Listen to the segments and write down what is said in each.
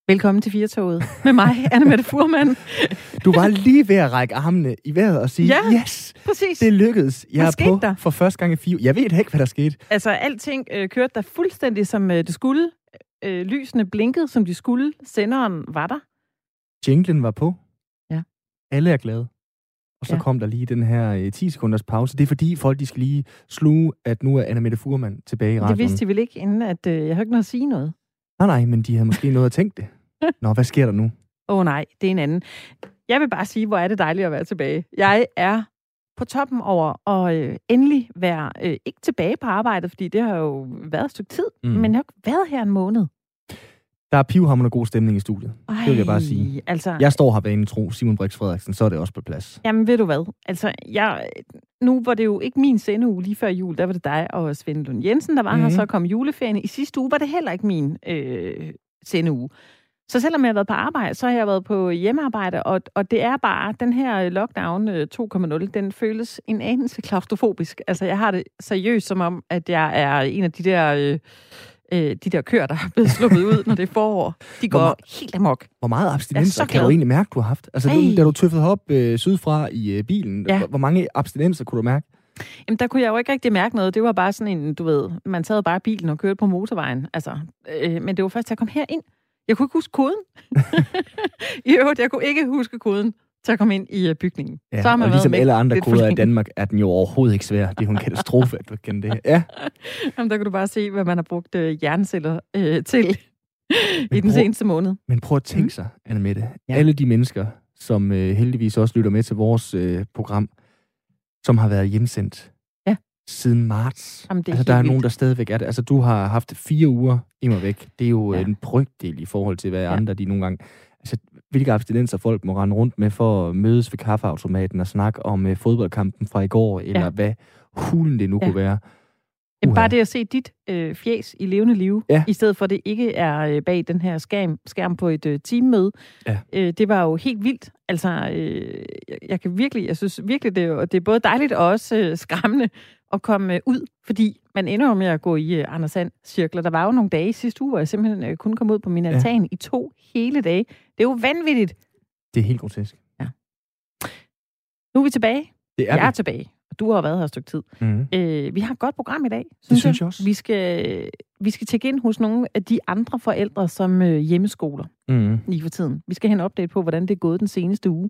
Velkommen til Firtoget med mig, Anne-Mette Fuhrmann. Du var lige ved at række armene i vejret og sige, ja, yes, præcis. Det lykkedes. Jeg er på der? For første gang i 4 år. Jeg ved ikke, hvad der skete. Altså, alting kørte der fuldstændig, som det skulle. Lysene blinkede, som de skulle. Senderen var der. Jinglen var på. Ja. Alle er glade. Og så kom der lige den her 10 sekunders pause. Det er fordi folk, de skal lige sluge, at nu er Anne-Mette Fuhrmann tilbage i radioen. Det vidste de vel ikke, inden at jeg havde ikke noget at sige noget. Nej, men de havde måske noget at tænke det. Nå, hvad sker der nu? Nej, det er en anden. Jeg vil bare sige, hvor er det dejligt at være tilbage. Jeg er på toppen over at endelig være ikke tilbage på arbejdet, fordi det har jo været et stykke tid, men jeg har ikke været her en måned. Der er pivhamrende god stemning i studiet. Det vil jeg bare sige. Altså, jeg står her vanen tro, Simon Brix Frederiksen, så er det også på plads. Jamen, ved du hvad? Altså, nu var det jo ikke min sendeuge lige før jul. Der var det dig og Svend Lund Jensen, der var her. Så kom juleferien. I sidste uge var det heller ikke min sendeuge. Så selvom jeg har været på arbejde, så har jeg været på hjemmearbejde, og det er bare, den her lockdown 2.0, den føles en anelse klaustrofobisk. Altså, jeg har det seriøst som om, at jeg er en af de der køer, der er blevet sluppet ud, når det er forår. De går helt amok. Hvor meget abstinenser kan du egentlig mærke, du har haft? Altså, da du tøffede op sydfra i bilen, hvor mange abstinenser kunne du mærke? Jamen, der kunne jeg jo ikke rigtig mærke noget. Det var bare sådan en, du ved, man sad bare bilen og kørte på motorvejen. Altså, men det var først, at jeg kom herind. Jeg kunne ikke huske koden. I øvrigt, jeg kunne ikke huske koden til at komme ind i bygningen. Ja, så har man og ligesom alle andre koder i Danmark, er den jo overhovedet ikke svær. Det er jo en katastrofe, at du kender det. Ja. Jamen, der kan du bare se, hvad man har brugt hjerneceller til i den seneste måned. Men prøv at tænke sig, Anne-Mette. Ja. Alle de mennesker, som heldigvis også lytter med til vores program, som har været hjemsendt siden marts. Jamen, altså, der er nogen, der stadigvæk er det. Altså, du har haft 4 uger immer væk. Det er jo en brøkdel i forhold til, hvad andre de nogle gange... Altså, hvilke abstinenser folk må rende rundt med for at mødes ved kaffeautomaten og snakke om fodboldkampen fra i går, eller hvad hulen det nu kunne være. Bare det at se dit fjes i levende liv, i stedet for det ikke er bag den her skærm på et teammøde. Ja. Det var jo helt vildt. Altså, jeg synes virkelig, det er både dejligt og også skræmmende at komme ud, fordi man ender jo med at gå i Anders Sand-cirkler. Der var jo nogle dage sidste uge, hvor jeg simpelthen kun kom ud på min altan i 2 hele dage. Det er jo vanvittigt. Det er helt grotesk. Ja. Nu er vi tilbage. Jeg er tilbage. Du har været her et stykke tid. Vi har et godt program i dag, synes jeg også. Vi skal tjekke ind hos nogle af de andre forældre, som hjemmeskoler lige for tiden. Vi skal have en update på, hvordan det er gået den seneste uge.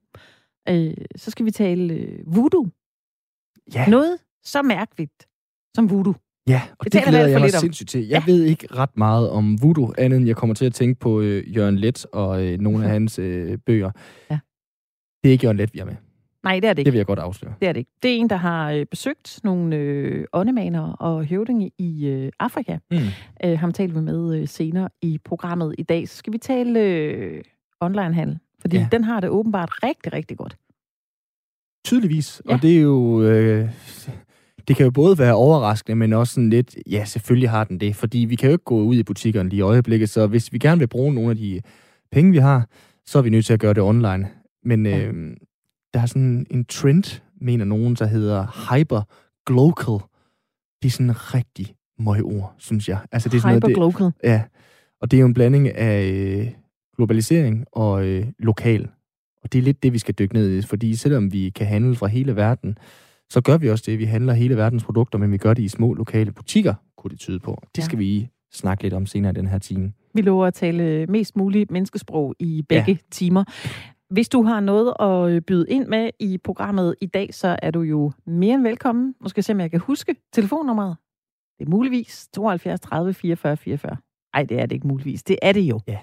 Så skal vi tale voodoo. Ja. Noget så mærkeligt som voodoo. Ja, og det glæder jeg mig sindssygt til. Jeg ved ikke ret meget om voodoo, andet end jeg kommer til at tænke på Jørgen Leth og nogle af hans bøger. Ja. Det er ikke Jørgen Leth, vi er med. Nej, det er det ikke. Det vil jeg godt afsløre. Det er det ikke. Det er en, der har besøgt nogle åndemanere og høvdinge i Afrika. Ham taler vi med senere i programmet i dag. Så skal vi tale onlinehandel, fordi den har det åbenbart rigtig, rigtig godt. Tydeligvis. Og det er jo... det kan jo både være overraskende, men også sådan lidt... Ja, selvfølgelig har den det, fordi vi kan jo ikke gå ud i butikkerne lige i øjeblikket, så hvis vi gerne vil bruge nogle af de penge, vi har, så er vi nødt til at gøre det online. Men... Der er sådan en trend, mener nogen, der hedder hyper-glocal. Det er sådan rigtig møgord, synes jeg. Altså, det er sådan hyper-glocal? Ja, og det er jo en blanding af globalisering og lokal. Og det er lidt det, vi skal dykke ned i, fordi selvom vi kan handle fra hele verden, så gør vi også det. Vi handler hele verdens produkter, men vi gør det i små lokale butikker, kunne det tyde på. Det skal vi snakke lidt om senere i den her time. Vi lover at tale mest muligt menneskesprog i begge timer. Hvis du har noget at byde ind med i programmet i dag, så er du jo mere end velkommen. Nu skal jeg se, om jeg kan huske telefonnummeret. Det er muligvis 72 30 44 44. Ej, det er det ikke muligvis. Det er det jo. Ja.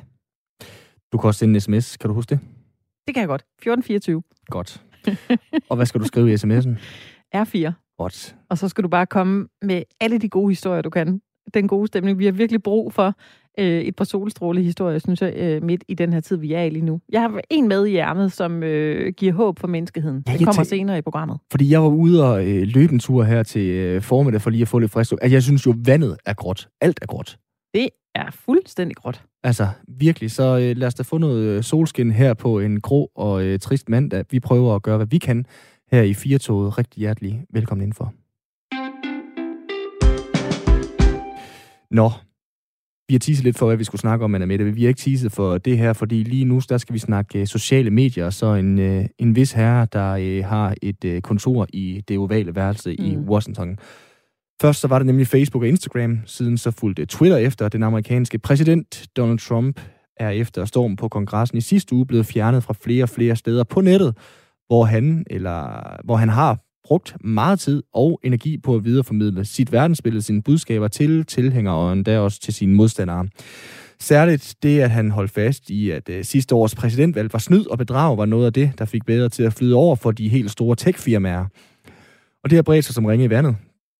Du kan også sende en sms. Kan du huske det? Det kan jeg godt. 1424. Godt. Og hvad skal du skrive i sms'en? R4. Godt. Og så skal du bare komme med alle de gode historier, du kan. Den gode stemning. Vi har virkelig brug for et par solstrålehistorier, synes jeg, midt i den her tid, vi er i lige nu. Jeg har en med i ærmet, som giver håb for menneskeheden. Den kommer senere i programmet. Fordi jeg var ude og løbe en tur her til formiddag for lige at få lidt frisk. Altså, jeg synes jo, vandet er gråt. Alt er gråt. Det er fuldstændig gråt. Altså, virkelig. Så lad os da få noget solskin her på en grå og trist mandag. Vi prøver at gøre, hvad vi kan her i Firtoget. Rigtig hjertelig velkommen indenfor. Nå. Vi har teaset lidt for, hvad vi skulle snakke om, Anna Mette. Vi har ikke teaset for det her, fordi lige nu, der skal vi snakke sociale medier, og så en vis herre, der har et kontor i det ovale værelse i Washington. Først så var det nemlig Facebook og Instagram, siden så fulgte Twitter efter. Den amerikanske præsident Donald Trump er efter stormen på kongressen i sidste uge blevet fjernet fra flere og flere steder på nettet, hvor han har brugt meget tid og energi på at videreformidle sit verdensbillede, sine budskaber til tilhængere og endda også til sine modstandere. Særligt det, at han holdt fast i, at sidste års præsidentvalg var snyd og bedrag, var noget af det, der fik bedre til at flyde over for de helt store tech-firmaer. Og det har bredt sig som ringe i vandet.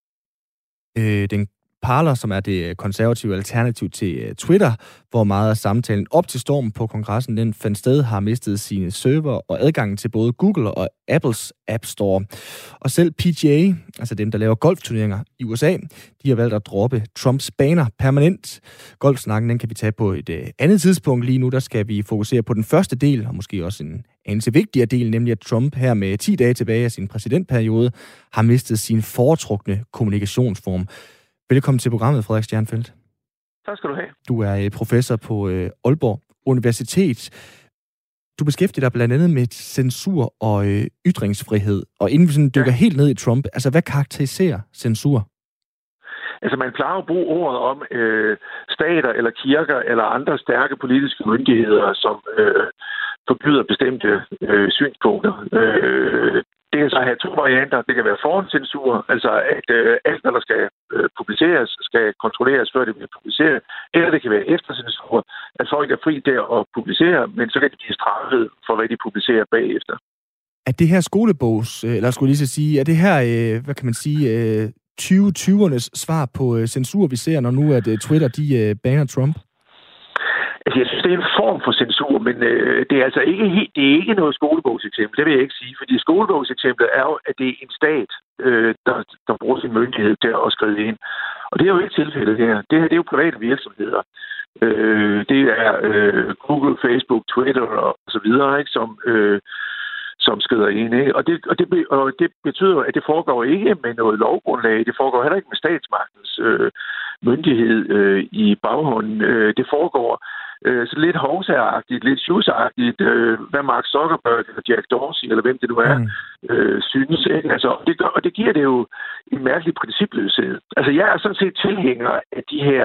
Den Parler, som er det konservative alternativ til Twitter, hvor meget af samtalen op til stormen på kongressen, den fandt sted, har mistet sine server og adgangen til både Google og Apples App Store. Og selv PGA, altså dem, der laver golfturneringer i USA, de har valgt at droppe Trumps baner permanent. Golfsnakken, den kan vi tage på et andet tidspunkt. Lige nu, der skal vi fokusere på den første del, og måske også en anelse vigtigere del, nemlig at Trump her med 10 dage tilbage af sin præsidentperiode, har mistet sin foretrukne kommunikationsform. Velkommen til programmet, Frederik Stjernfeldt. Tak skal du have. Du er professor på Aalborg Universitet. Du beskæftiger dig blandt andet med censur og ytringsfrihed. Og inden vi sådan dykker helt ned i Trump, altså hvad karakteriserer censur? Altså man plejer at bruge ordet om stater eller kirker eller andre stærke politiske myndigheder, som forbyder bestemte synspunkter. Det kan så have 2 varianter. Det kan være forhåndscensur, altså at alt, hvad der skal publiceres, skal kontrolleres, før det bliver publiceret. Eller det kan være eftercensur, at folk er fri der at publicere, men så kan de blive straffet for, hvad de publicerer bagefter. Er det her skolebogs, eller skulle jeg lige så sige, er det her, hvad kan man sige, 2020'ernes svar på censur, vi ser, når nu at Twitter, de baner Trump? Altså, jeg synes, det er en form for censur, men det er altså ikke noget skolebogseksempel. Det vil jeg ikke sige, fordi skolebogseksemplet er jo, at det er en stat, der bruger sin myndighed til at skrive ind. Og det er jo ikke tilfældet her. Det her, det er jo private virksomheder. Det er Google, Facebook, Twitter og så videre, ikke, som skrider ind. Ikke? Og det betyder, at det foregår ikke med noget lovgrundlag. Det foregår heller ikke med statsmagtens myndighed i baghånden. Det foregår så lidt hovsaagtigt, lidt sjusagtigt, hvad Mark Zuckerberg eller Jack Dorsey, eller hvem det nu er, synes. Ikke? Altså, og det giver det jo en mærkelig principløshed. Altså, jeg er sådan set tilhænger af de her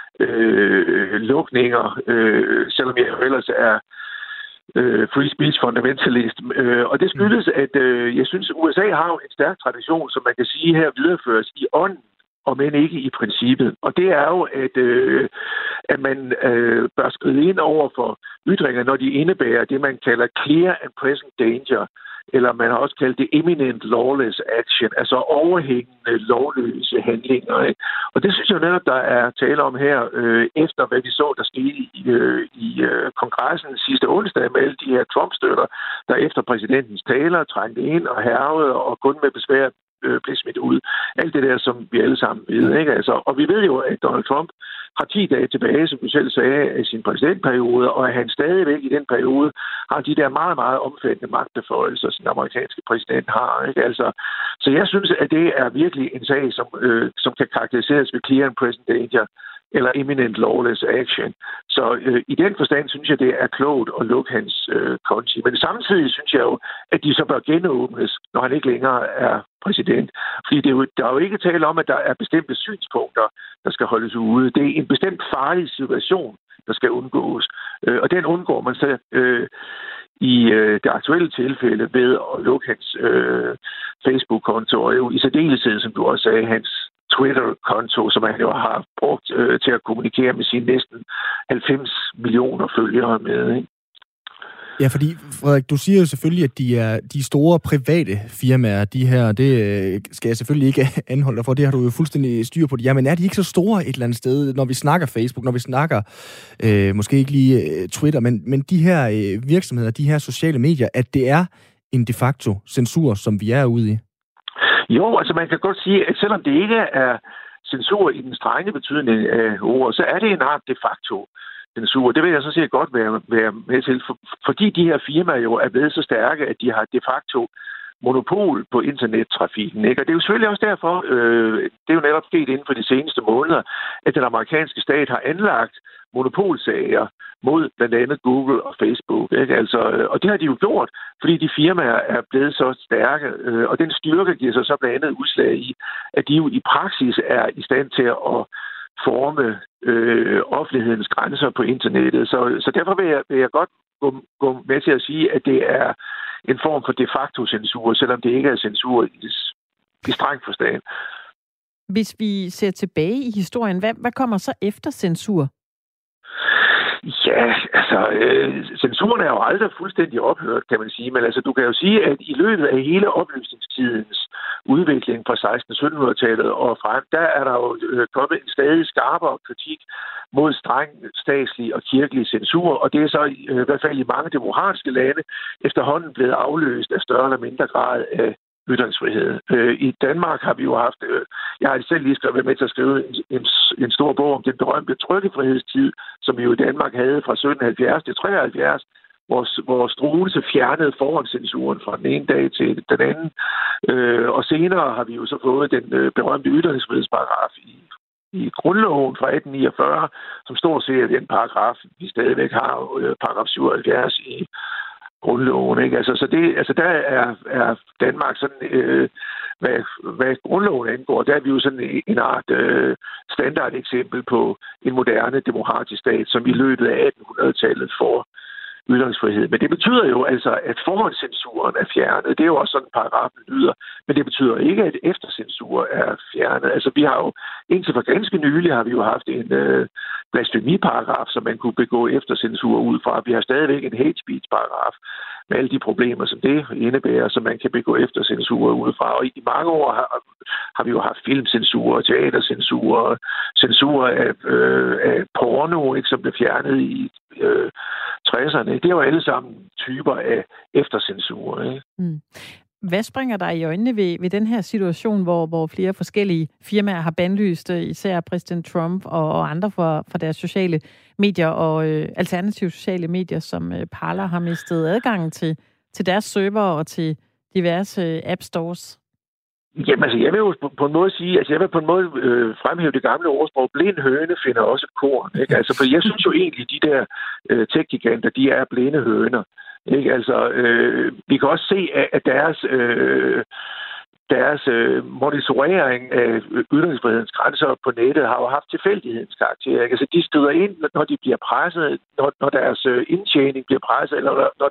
lukninger, selvom jeg ellers er free speech fundamentalist. Og det skyldes, at jeg synes, USA har jo en stærk tradition, som man kan sige her videreføres i ånden, og men ikke i princippet. Og det er jo, at man bør skride ind over for ytringer, når de indebærer det, man kalder clear and present danger, eller man har også kaldt det imminent lawless action, altså overhængende lovløse handlinger. Ikke? Og det synes jeg netop, der er tale om her, efter hvad vi så, der skete i kongressen sidste onsdag med alle de her Trump-støtter, der efter præsidentens taler trængte ind og hærgede og kun med besvær blev smidt ud. Alt det der, som vi alle sammen ved. Ikke? Altså, og vi ved jo, at Donald Trump har 10 dage tilbage, som du selv sagde, af sin præsidentperiode, og at han stadigvæk i den periode har de der meget, meget omfattende magtbeføjelser, som den amerikanske præsident har. Ikke? Altså, så jeg synes, at det er virkelig en sag, som kan karakteriseres ved clear and present danger, eller imminent lawless action. Så i den forstand synes jeg, det er klogt at lukke hans konti. Men samtidig synes jeg jo, at de så bør genåbnes, når han ikke længere er præsident. Fordi der er jo ikke tale om, at der er bestemte synspunkter, der skal holdes ude. Det er en bestemt farlig situation, der skal undgås. Og den undgår man så i det aktuelle tilfælde ved at lukke hans Facebook-konto, og jo i særdeleshed, som du også sagde, hans Twitter-konto, som han jo har brugt til at kommunikere med sine næsten 90 millioner følgere med. Ikke? Ja, fordi, Frederik, du siger jo selvfølgelig, at de store private firmaer, de her, det skal jeg selvfølgelig ikke anholde dig for, det har du jo fuldstændig styr på. Ja, men er de ikke så store et eller andet sted, når vi snakker Facebook, når vi snakker måske ikke lige Twitter, men de her virksomheder, de her sociale medier, at det er en de facto censur, som vi er ude i? Jo, altså man kan godt sige, at selvom det ikke er censur i den strenge betydning af ordet, så er det en art de facto censur. Det vil jeg så set godt være med til, fordi de her firmaer jo er blevet så stærke, at de har de facto monopol på internettrafikken. Ikke? Og det er jo selvfølgelig også derfor, det er jo netop sket inden for de seneste måneder, at den amerikanske stat har anlagt monopolsager mod blandt andet Google og Facebook. Ikke? Altså, og det har de jo gjort, fordi de firmaer er blevet så stærke, og den styrke giver sig så blandt andet udslag i, at de jo i praksis er i stand til at forme offentlighedens grænser på internettet. Så derfor vil jeg godt gå med til at sige, at det er en form for de facto censur, selvom det ikke er censur i streng forstand. Hvis vi ser tilbage i historien, hvad kommer så efter censur? Ja, altså, censuren er jo aldrig fuldstændig ophørt, kan man sige. Men altså, du kan jo sige, at i løbet af hele oplysningstidens udvikling fra 1600-1700-tallet og frem, der er der jo kommet en stadig skarpere kritik mod streng statslig og kirkelig censur, og det er så i hvert fald i mange demokratiske lande efterhånden blevet afløst af større eller mindre grad af ytringsfrihed. I Danmark har vi jo haft, jeg har selv lige været med til at skrive en stor bog om den berømte trykkefrihedstid, som vi jo i Danmark havde fra 1770 til 73, hvor Struensee fjernede forhåndscensuren fra den ene dag til den anden. Og senere har vi jo så fået den berømte ytringsfrihedsparagraf i grundloven fra 1849, som stort set er den paragraf, vi stadigvæk har, paragraf 77 i grundloven, ikke? Så der er Danmark sådan, hvad grundloven angår, der er vi jo sådan en art standardeksempel på en moderne demokratisk stat, som i løbet af 1800-tallet får ytringsfrihed. Men det betyder jo altså, at forhåndscensuren er fjernet. Det er jo også sådan, paragrafen lyder. Men det betyder ikke, at eftercensur er fjernet. Altså, vi har jo, indtil for ganske nylig, har vi jo haft en blasfemiparagraf, som man kunne begå eftercensur ud fra. Vi har stadigvæk en hate speech-paragraf med alle de problemer, som det indebærer, som man kan begå eftercensur ud fra. Og i mange år har vi jo haft filmcensur, teatercensur, censur af porno, ikke, som blev fjernet i 60'erne. Det er jo alle sammen typer af eftercensur. Ikke? Mm. Hvad springer der i øjnene ved den her situation, hvor flere forskellige firmaer har bandlyst, især præsident Trump og andre for deres sociale medier og alternative sociale medier, som Parler har mistet adgangen til deres server og til diverse app stores? Jamen altså, jeg vil jo på en måde sige, altså jeg vil på en måde fremhæve det gamle ordsprog, blind høne finder også korn, ikke? Altså, for jeg synes jo egentlig, de der tech-giganter, de er blinde høner, ikke? Altså, vi kan også se, at deres monitorering af ytringsfrihedens grænser på nettet har jo haft tilfældighedens karakter. Altså, de støder ind, når de bliver presset, når deres indtjening bliver presset, eller når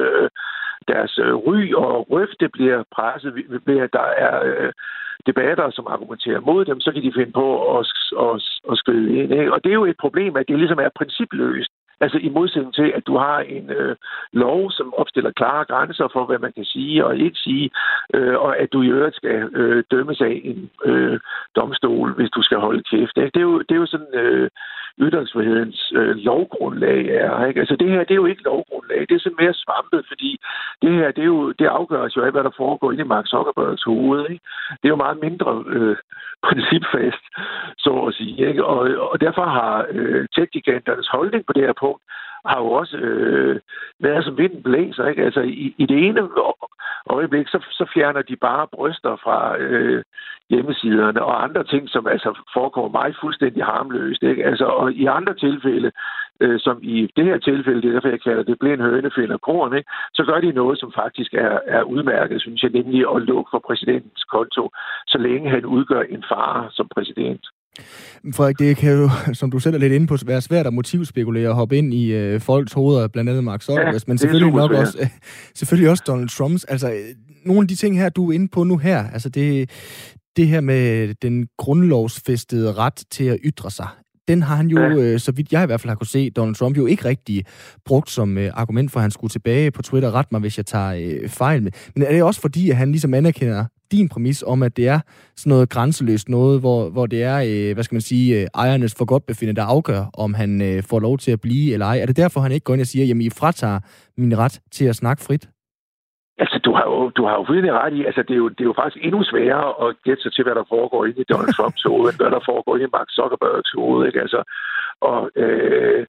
deres ry og røfte bliver presset ved, at der er debatter, som argumenterer mod dem, så kan de finde på at skride ind. Ikke? Og det er jo et problem, at det ligesom er principløst. Altså i modsætning til, at du har en lov, som opstiller klare grænser for, hvad man kan sige og ikke sige, og at du i øvrigt skal dømmes af en domstol, hvis du skal holde kæft. Ikke? Det er jo sådan ytringsfrihedens lovgrundlag er. Ikke? Altså det her, det er jo ikke lovgrundlag. Det er sådan mere svampet, fordi det her, det afgøres jo af, hvad der foregår inde i Mark Zuckerbergs hoved. Ikke? Det er jo meget mindre principfast, så at sige. Ikke? Og derfor har tech-giganternes holdning på det her punkt har jo også været som vinden blæser. Ikke? Altså i det ene øjeblik, så fjerner de bare bryster fra hjemmesiderne og andre ting, som altså foregår meget fuldstændig harmløst. Ikke? Altså, og i andre tilfælde, som i det her tilfælde, det er derfor, jeg kalder det blind høne finder korn, ikke? Så gør de noget, som faktisk er udmærket, synes jeg, nemlig at lukke for præsidentens konto, så længe han udgør en fare som præsident. Frederik, det kan jo, som du selv er lidt inde på, være svært at motivspekulere og hoppe ind i folks hoveder, blandt andet Mark Zuckerberg, men selvfølgelig også Donald Trumps. Altså, nogle af de ting her, du er inde på nu her, altså det her med den grundlovsfæstede ret til at ytre sig, den har han jo, så vidt jeg i hvert fald har kunne se, Donald Trump jo ikke rigtig brugt som argument for, at han skulle tilbage på Twitter. Ret mig, hvis jeg tager fejl med. Men er det også fordi, at han ligesom anerkender din præmis om, at det er sådan noget grænseløst noget, hvor det er, hvad skal man sige, ejernes forgodtbefindende, der afgør, om han får lov til at blive eller ej? Er det derfor, han ikke går ind og siger, jamen I fratager min ret til at snakke frit? Altså, du har jo fuldstændig ret i, altså, det er jo faktisk endnu sværere at gætte sig til, hvad der foregår inde i Donald Trumps hoved, end hvad der foregår inde i Mark Zuckerbergs hoved, ikke? Altså, og hvis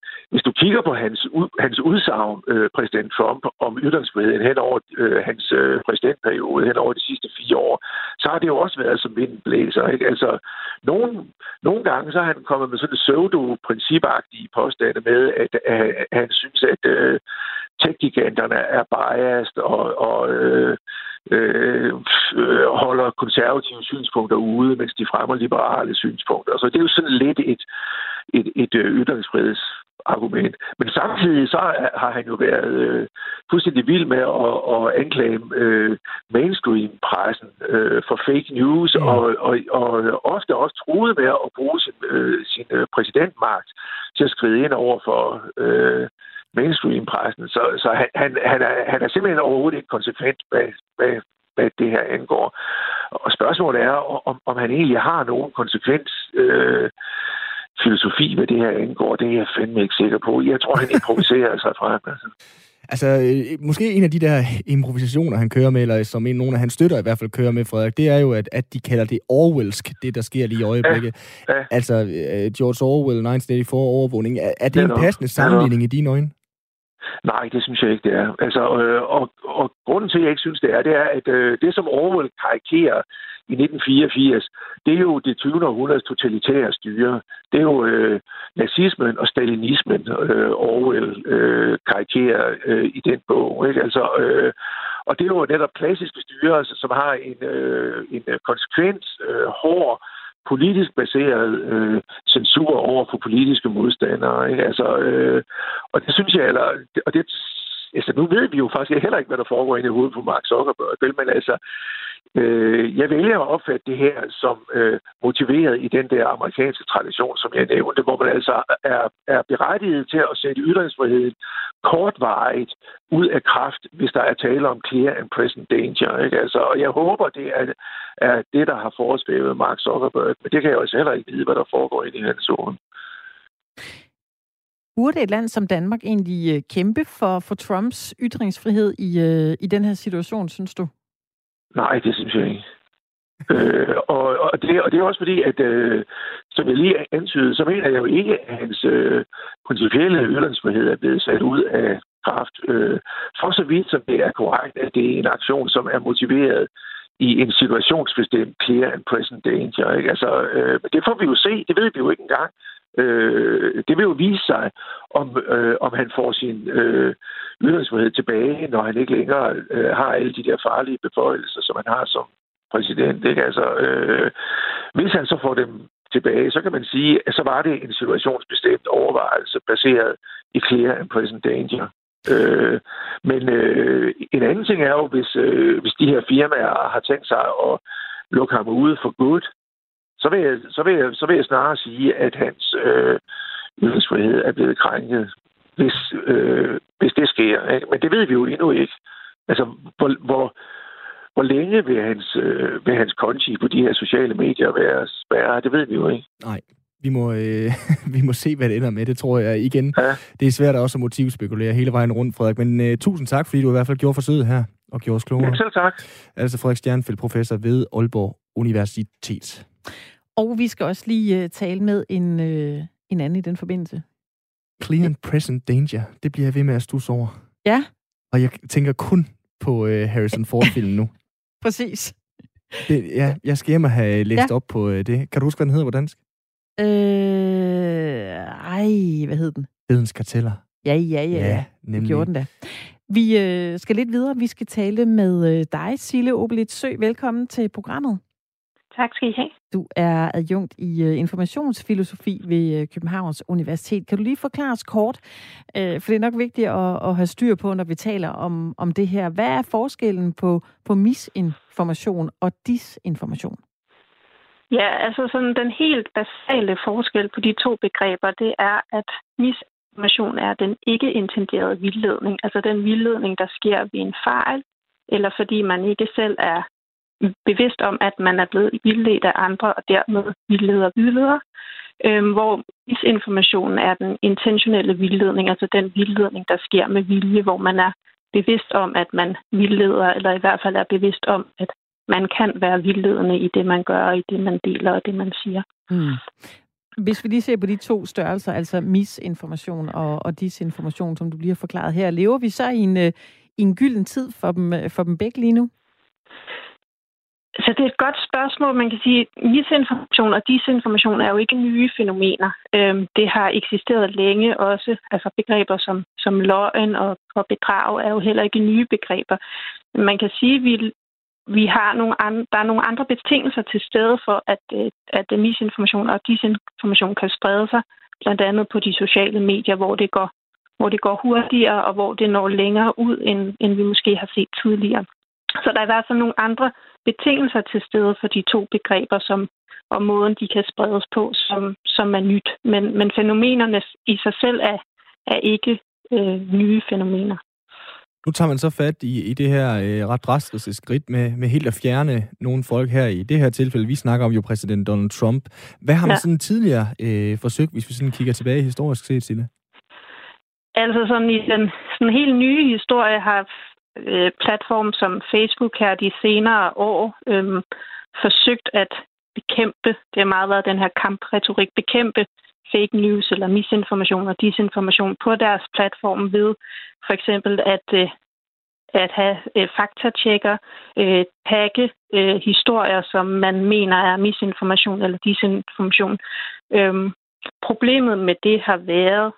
du kigger på hans udsagn, præsident Trump, om ytringsfriheden hen over hans præsidentperiode, hen over de sidste 4 år, så har det jo også været som vinden blæser. Ikke? Altså, nogle gange så har han kommet med sådan et pseudo-principagtige påstande med, at han synes, at tech-giganterne er biased og holder konservative synspunkter ude, mens de fremmer liberale synspunkter. Så det er jo sådan lidt et ytringsfrihedsargument. Men samtidig så har han jo været fuldstændig vild med at anklage mainstream-pressen for fake news, og ofte også truet med at bruge sin præsidentmagt til at skride ind over for mainstream-pressen. Så han er simpelthen overhovedet ikke konsekvent, hvad det her angår. Og spørgsmålet er, om han egentlig har nogen konsekvens filosofi, hvad det her angår. Det er jeg fandme ikke sikker på. Jeg tror, han improviserer sig frem. Altså, måske en af de der improvisationer, han kører med, eller som nogle af hans støtter i hvert fald kører med, Frederik, det er jo, at de kalder det Orwellsk, det der sker lige i øjeblikket. Ja. Altså, George Orwell, 1984 overvågning. Er det en passende sammenligning i dine øjne? Nej, det synes jeg ikke, det er. Altså, og grunden til, at jeg ikke synes, det er, at det, som Orwell karikerer i 1984, det er jo det 20. århundredes totalitære styre. Det er jo nazismen og stalinismen, Orwell karikerer i den bog. Ikke? Altså, og det er jo netop klassiske styre, som har en konsekvent, hård, politisk baseret censur over for politiske modstandere. Ikke? Altså, og det synes jeg, altså nu ved vi jo faktisk heller ikke, hvad der foregår inde i hovedet på Mark Zuckerberg, men altså, jeg vælger at opfatte det her som motiveret i den der amerikanske tradition, som jeg nævnte, hvor man altså er berettiget til at sætte ytringsfriheden kortvarigt ud af kraft, hvis der er tale om clear and present danger. Ikke? Altså, og jeg håber, det er det, der har foresvævet Mark Zuckerberg, men det kan jeg også heller ikke vide, hvad der foregår inde i hans zone. Burde et land som Danmark egentlig kæmpe for Trumps ytringsfrihed i den her situation, synes du? Nej, det synes jeg ikke. Og det er også fordi, at som jeg lige antydede, så mener jeg jo ikke, at hans principielle ytringsfrihed er blevet sat ud af kraft. For så vidt som det er korrekt, at det er en aktion, som er motiveret i en situationsbestemt clear and present danger. Ikke? Altså, det får vi jo se. Det ved vi jo ikke engang. Det vil jo vise sig, om han får sin ytringsfrihed tilbage, når han ikke længere har alle de der farlige beføjelser, som han har som præsident. Ikke? Altså, hvis han så får dem tilbage, så kan man sige, at så var det en situationsbestemt overvejelse baseret i clear and present danger. Men en anden ting er jo, hvis de her firmaer har tænkt sig at lukke ham ude for godt, så vil jeg snarere sige, at hans ytringsfrihed er blevet krænket, hvis det sker. Ikke? Men det ved vi jo endnu ikke. Altså, hvor længe vil hans konti på de her sociale medier være spærret, det ved vi jo ikke. Nej. Vi må se, hvad det ender med. Det tror jeg igen. Ja. Det er svært også at motivspekulere hele vejen rundt, Frederik. Men tusind tak, fordi du i hvert fald gjorde forsøget her og gjorde os klogere. Ja, selv tak. Altså Frederik Stjernfeldt, professor ved Aalborg Universitet. Og vi skal også lige tale med en anden i den forbindelse. Clear and present danger. Det bliver jeg ved med at studse over. Ja. Og jeg tænker kun på Harrison Ford-filmen nu. Præcis. Jeg skal hjem og have læst op på det. Kan du huske, hvad den hedder på dansk? Hvad hed den? Dødens karteller. Ja, nemlig. Gjorde den da. Vi skal lidt videre. Vi skal tale med dig, Sille Obelitz Sø. Velkommen til programmet. Tak skal I have. Du er adjunkt i informationsfilosofi ved Københavns Universitet. Kan du lige forklare os kort, for det er nok vigtigt at have styr på, når vi taler om det her. Hvad er forskellen på misinformation og disinformation? Ja, altså sådan den helt basale forskel på de to begreber, det er, at misinformation er den ikke intenderede vildledning. Altså den vildledning, der sker ved en fejl, eller fordi man ikke selv er bevidst om, at man er blevet vildledt af andre, og dermed vildleder videre. Hvor misinformation er den intentionelle vildledning, altså den vildledning, der sker med vilje, hvor man er bevidst om, at man vildleder, eller i hvert fald er bevidst om, at man kan være vildledende i det, man gør, i det, man deler og det, man siger. Hvis vi lige ser på de to størrelser, altså misinformation og disinformation, som du lige har forklaret her, lever vi så i en gylden tid for dem begge lige nu? Så det er et godt spørgsmål. Man kan sige, at misinformation og disinformation er jo ikke nye fænomener. Det har eksisteret længe også. Altså begreber som løgn og bedrag er jo heller ikke nye begreber. Man kan sige, at vi har der er nogle andre betingelser til stede for, at misinformation og disinformation kan sprede sig. Blandt andet på de sociale medier, hvor det går hurtigere, og hvor det når længere ud, end vi måske har set tidligere. Så der er i hvert fald nogle andre betingelser til stede for de to begreber, og måden, de kan spredes på, som er nyt. Men fænomenerne i sig selv er ikke nye fænomener. Nu tager man så fat i det her ret drastiske skridt med helt at fjerne nogle folk her. I det her tilfælde, vi snakker om jo præsident Donald Trump. Hvad har man sådan tidligere forsøgt, hvis vi sådan kigger tilbage historisk set, Sille? Altså sådan i den sådan helt nye historie har platform som Facebook her de senere år forsøgt at bekæmpe, det har meget været den her kampretorik, bekæmpe fake news eller misinformation og disinformation på deres platform ved for eksempel at have faktatjekker, tagge historier, som man mener er misinformation eller disinformation. Problemet med det har været,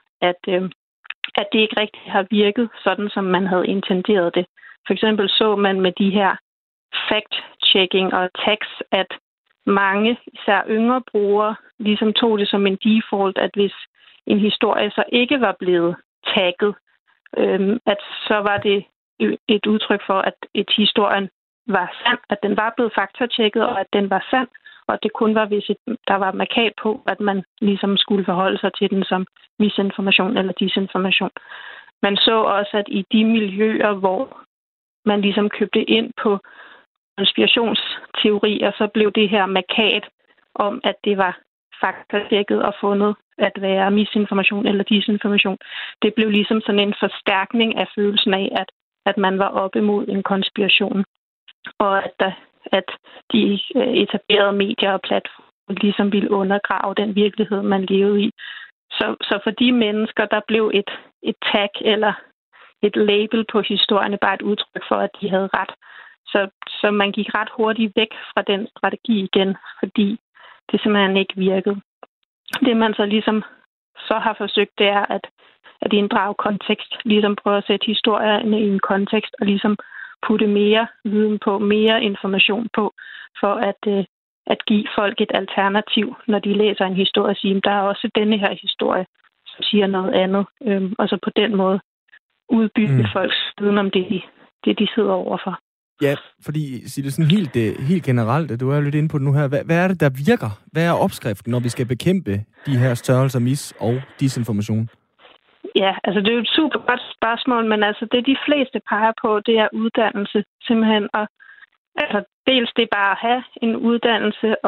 at det ikke rigtig har virket sådan, som man havde intenderet det. For eksempel så man med de her fact-checking og tags, at mange, især yngre brugere, ligesom tog det som en default, at hvis en historie så ikke var blevet tagget, at så var det et udtryk for, at historien var sand, at den var blevet faktatjekket, og at den var sand, og at det kun var, hvis der var markat på, at man ligesom skulle forholde sig til den som misinformation eller disinformation. Man så også, at i de miljøer, hvor man ligesom købte ind på konspirationsteorier, så blev det her markat om, at det var faktatjekket og fundet at være misinformation eller disinformation. Det blev ligesom sådan en forstærkning af følelsen af, at man var op imod en konspiration, og at de etablerede medier og platformer ligesom ville undergrave den virkelighed, man levede i. Så for de mennesker, der blev et tag eller et label på historierne bare et udtryk for, at de havde ret. Så man gik ret hurtigt væk fra den strategi igen, fordi det simpelthen ikke virkede. Det man så ligesom har forsøgt, det er at inddrage kontekst, ligesom prøve at sætte historierne i en kontekst og ligesom putte mere viden på, mere information på, for at give folk et alternativ, når de læser en historie og siger, der er også denne her historie, som siger noget andet. Og så på den måde udbygge folks viden om det, de sidder overfor. Ja, fordi sig det sådan helt generelt, du er jo lidt inde på det nu her. Hvad er det, der virker? Hvad er opskriften, når vi skal bekæmpe de her størrelser, mis- og disinformation? Ja, altså det er jo et super godt spørgsmål, men altså det de fleste peger på, det er uddannelse simpelthen. Og altså dels det bare at have en uddannelse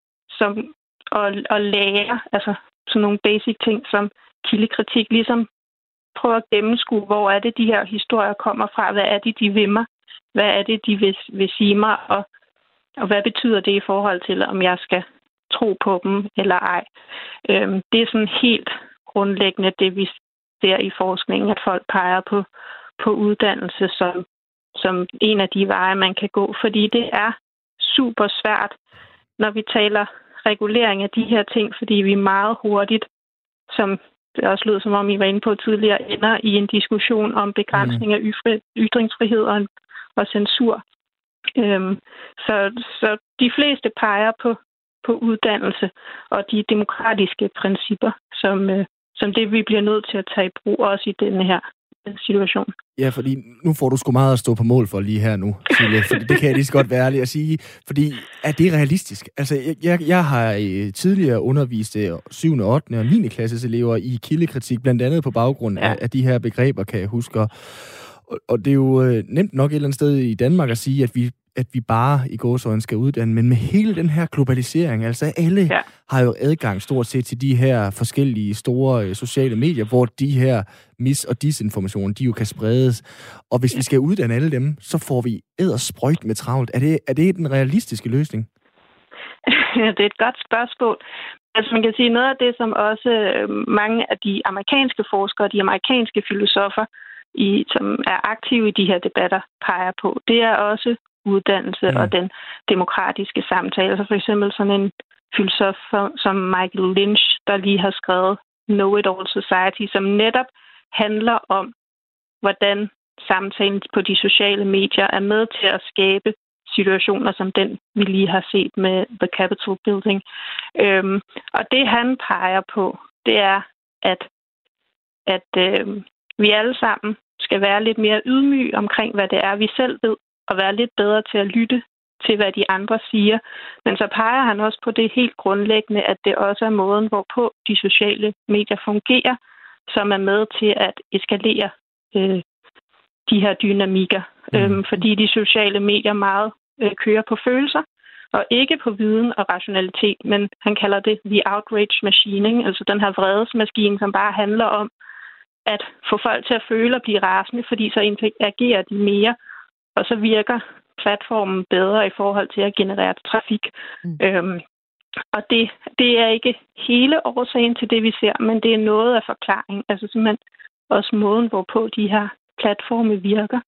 og lære, altså sådan nogle basic ting som kildekritik, ligesom prøve at gennemskue, hvor er det de her historier kommer fra, hvad er det de vil mig, hvad er det de vil sige mig, og hvad betyder det i forhold til, om jeg skal tro på dem eller ej. Det er sådan helt grundlæggende det, vi ser i forskningen, at folk peger på uddannelse som en af de veje, man kan gå. Fordi det er super svært, når vi taler regulering af de her ting, fordi vi meget hurtigt, som det også lød som om I var inde på tidligere, ender i en diskussion om begrænsning af ytringsfrihed og censur. Så de fleste peger på uddannelse og de demokratiske principper, som det, vi bliver nødt til at tage i brug også i denne her situation. Ja, fordi nu får du sgu meget at stå på mål for lige her nu, Silje, fordi det kan jeg lige så godt være ærlig at sige. Fordi er det realistisk? Altså, jeg har tidligere undervist 7., 8. og 9. klasses elever i kildekritik, blandt andet på baggrund af de her begreber, kan jeg huske. Og det er jo nemt nok et eller andet sted i Danmark at sige, at vi bare i gåseøjne skal uddanne, men med hele den her globalisering, altså alle har jo adgang stort set til de her forskellige store sociale medier, hvor de her mis- og disinformation, de jo kan spredes. Og hvis vi skal uddanne alle dem, så får vi eddersprøjt med travlt. Er det den realistiske løsning? Det er et godt spørgsmål. Altså man kan sige, noget af det, som også mange af de amerikanske forskere, de amerikanske filosofer, som er aktive i de her debatter, peger på, det er også uddannelse og den demokratiske samtale. Altså for eksempel sådan en filosof som Michael Lynch, der lige har skrevet Know-It-All Society, som netop handler om, hvordan samtalen på de sociale medier er med til at skabe situationer som den, vi lige har set med The Capitol Building. Og det, han peger på, det er, at vi alle sammen skal være lidt mere ydmyge omkring, hvad det er, vi selv ved, og være lidt bedre til at lytte til, hvad de andre siger. Men så peger han også på det helt grundlæggende, at det også er måden, hvorpå de sociale medier fungerer, som er med til at eskalere de her dynamikker. Fordi de sociale medier meget kører på følelser, og ikke på viden og rationalitet, men han kalder det the outrage machine, ikke? Altså den her vredesmaskine, som bare handler om at få folk til at føle og blive rasende, fordi så interagerer de mere, og så virker platformen bedre i forhold til at generere trafik. Og det er ikke hele årsagen til det, vi ser, men det er noget af forklaringen. Altså simpelthen også måden, hvorpå de her platforme virker.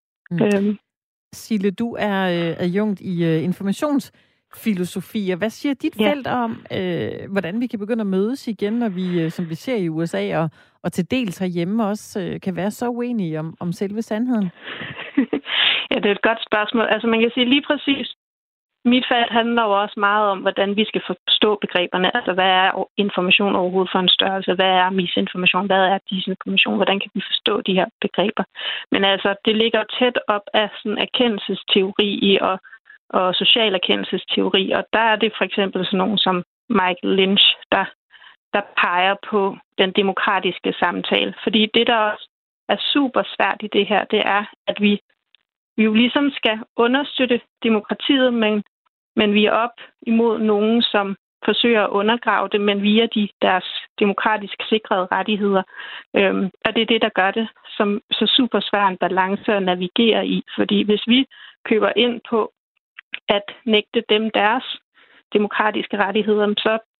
Sille, du er adjunkt i informationsfilosofi, og hvad siger dit felt om, hvordan vi kan begynde at mødes igen, når vi, som vi ser i USA, og til dels herhjemme også kan være så uenige om selve sandheden? Ja, det er et godt spørgsmål. Altså man kan sige lige præcis, mit felt handler jo også meget om, hvordan vi skal forstå begreberne. Altså hvad er information overhovedet for en størrelse? Hvad er misinformation? Hvad er disinformation? Hvordan kan vi forstå de her begreber? Men altså, det ligger tæt op af sådan erkendelsesteori og social erkendelsesteori. Og der er det for eksempel sådan nogen som Michael Lynch, der peger på den demokratiske samtale. Fordi det, der også er super svært i det her, det er, at vi jo ligesom skal understøtte demokratiet, men vi er op imod nogen, som forsøger at undergrave det, men via deres demokratisk sikrede rettigheder. Og det er det, der gør det som så super svær en balance at navigere i. Fordi hvis vi køber ind på at nægte dem deres demokratiske rettigheder,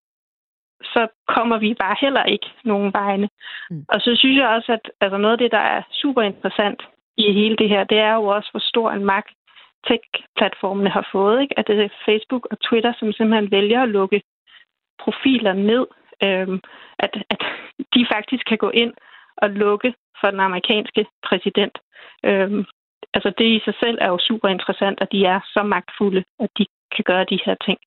så kommer vi bare heller ikke nogen vegne. Og så synes jeg også, at altså noget af det, der er super interessant i hele det her, det er jo også, hvor stor en magt tech-platformene har fået. Ikke? At det er Facebook og Twitter, som simpelthen vælger at lukke profiler ned. At de faktisk kan gå ind og lukke for den amerikanske præsident. Altså det i sig selv er jo super interessant, at de er så magtfulde, at de kan gøre de her ting.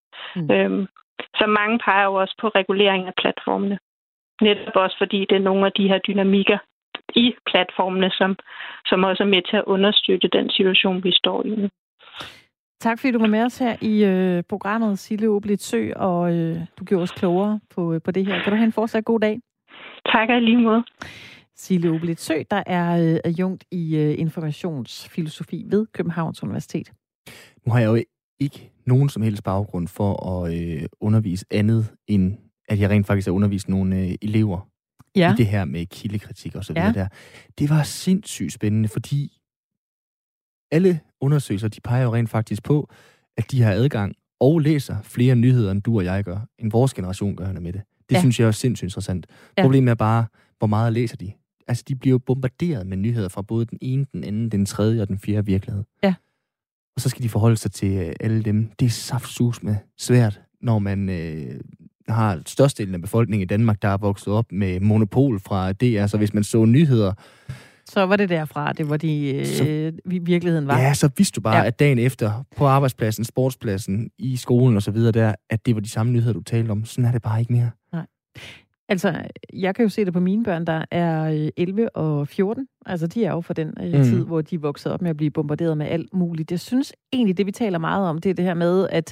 Så mange peger jo også på regulering af platformene. Netop også fordi det er nogle af de her dynamikker i platformene, som også er med til at understøtte den situation, vi står i nu. Tak fordi du var med os her i programmet, Sille Oblitsø, og du gjorde os klogere på det her. Kan du have en fortsat god dag? Tak og lige måde. Sille Oblitsø, der er adjunkt i informationsfilosofi ved Københavns Universitet. Nu har jeg jo ikke nogen som helst baggrund for at undervise andet, end at jeg rent faktisk har undervist nogle elever i det her med kildekritik og så videre der. Det var sindssygt spændende, fordi alle undersøgelser, de peger jo rent faktisk på, at de har adgang og læser flere nyheder, end du og jeg gør, end vores generation gør med det. Det synes jeg er sindssygt interessant. Problemet er bare, hvor meget læser de? Altså, de bliver jo bombarderet med nyheder fra både den ene, den anden, den tredje og den fjerde virkelighed. Ja. Og så skal de forholde sig til alle dem. Det er saftsus med svært, når man har størstedelen af befolkningen i Danmark, der er vokset op med monopol fra DR. Så hvis man så nyheder... Så var det derfra, det var virkeligheden var. Ja, så vidste du bare, at dagen efter på arbejdspladsen, sportspladsen, i skolen og så videre der, at det var de samme nyheder, du talte om. Sådan er det bare ikke mere. Nej. Altså, jeg kan jo se det på mine børn, der er 11 og 14. Altså, de er jo fra den tid, hvor de voksede op med at blive bombarderet med alt muligt. Jeg synes egentlig, det vi taler meget om, det er det her med, at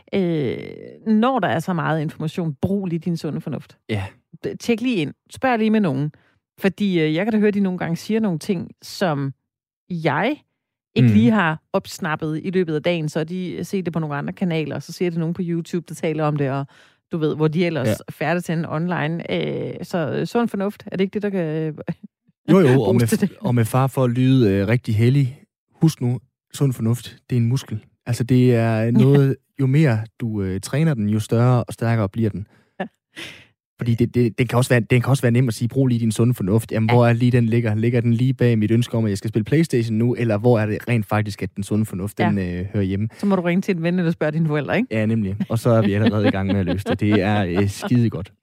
når der er så meget information, brug lige din sunde fornuft. Ja. Tjek lige ind. Spørg lige med nogen. Fordi jeg kan da høre, at de nogle gange siger nogle ting, som jeg ikke lige har opsnappet i løbet af dagen, så de ser det på nogle andre kanaler, og så ser det nogen på YouTube, der taler om det, og du ved, hvor de ellers færdes til online. Så sund fornuft, er det ikke det, der kan Jo, og med far for at lyde rigtig hellig. Husk nu, sund fornuft, det er en muskel. Altså det er noget, jo mere du træner den, jo større og stærkere bliver den. Fordi den kan også være nem at sige, brug lige din sunde fornuft. Jamen, hvor er lige den ligger? Ligger den lige bag mit ønske om, at jeg skal spille PlayStation nu? Eller hvor er det rent faktisk, at den sunde fornuft, den hører hjemme? Så må du ringe til en ven, eller spørge dine forældre, ikke? Ja, nemlig. Og så er vi allerede i gang med at løse det. Det er skide godt.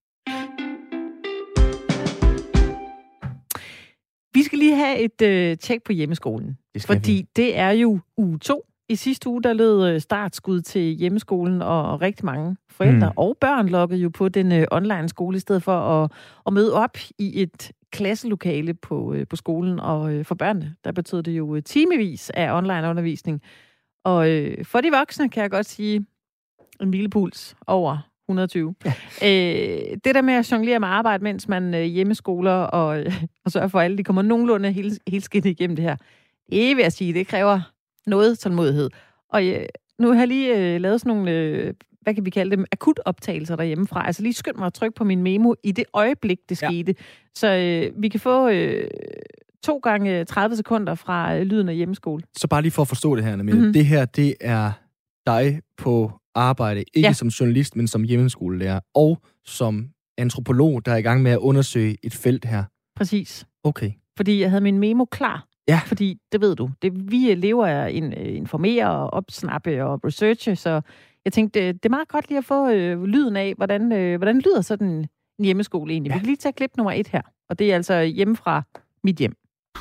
Vi skal lige have et tjek på hjemmeskolen. Fordi det er jo uge 2. I sidste uge, der lød startskud til hjemmeskolen, og rigtig mange forældre og børn lokkede jo på den online skole, i stedet for at møde op i et klasselokale på skolen. Og for børnene, der betød det jo timevis af online undervisning. Og for de voksne, kan jeg godt sige, en milepuls over 120. Ja. Det der med at jonglere med arbejde, mens man hjemmeskoler og sørge for, at alle de kommer nogenlunde helt skidt igennem det her. Det vil jeg sige, det kræver noget tålmodighed. Og nu har jeg lige lavet sådan nogle, hvad kan vi kalde dem, akutoptagelser derhjemmefra. Altså lige skynd mig at trykke på min memo i det øjeblik, det skete. Så vi kan få 2 gange 30 sekunder fra lyden af hjemmeskole. Så bare lige for at forstå det her, Namille. Det her, det er dig på arbejde, ikke som journalist, men som hjemmeskolelærer, og som antropolog, der er i gang med at undersøge et felt her. Præcis. Okay. Fordi jeg havde min memo klar. Ja. Fordi, det ved du, vi lever af at informere og opsnappe og researche, så jeg tænkte, det er meget godt lige at få lyden af, hvordan lyder sådan en hjemmeskole egentlig. Ja. Vi kan lige tage klip nummer 1 her, og det er altså hjemme fra mit hjem.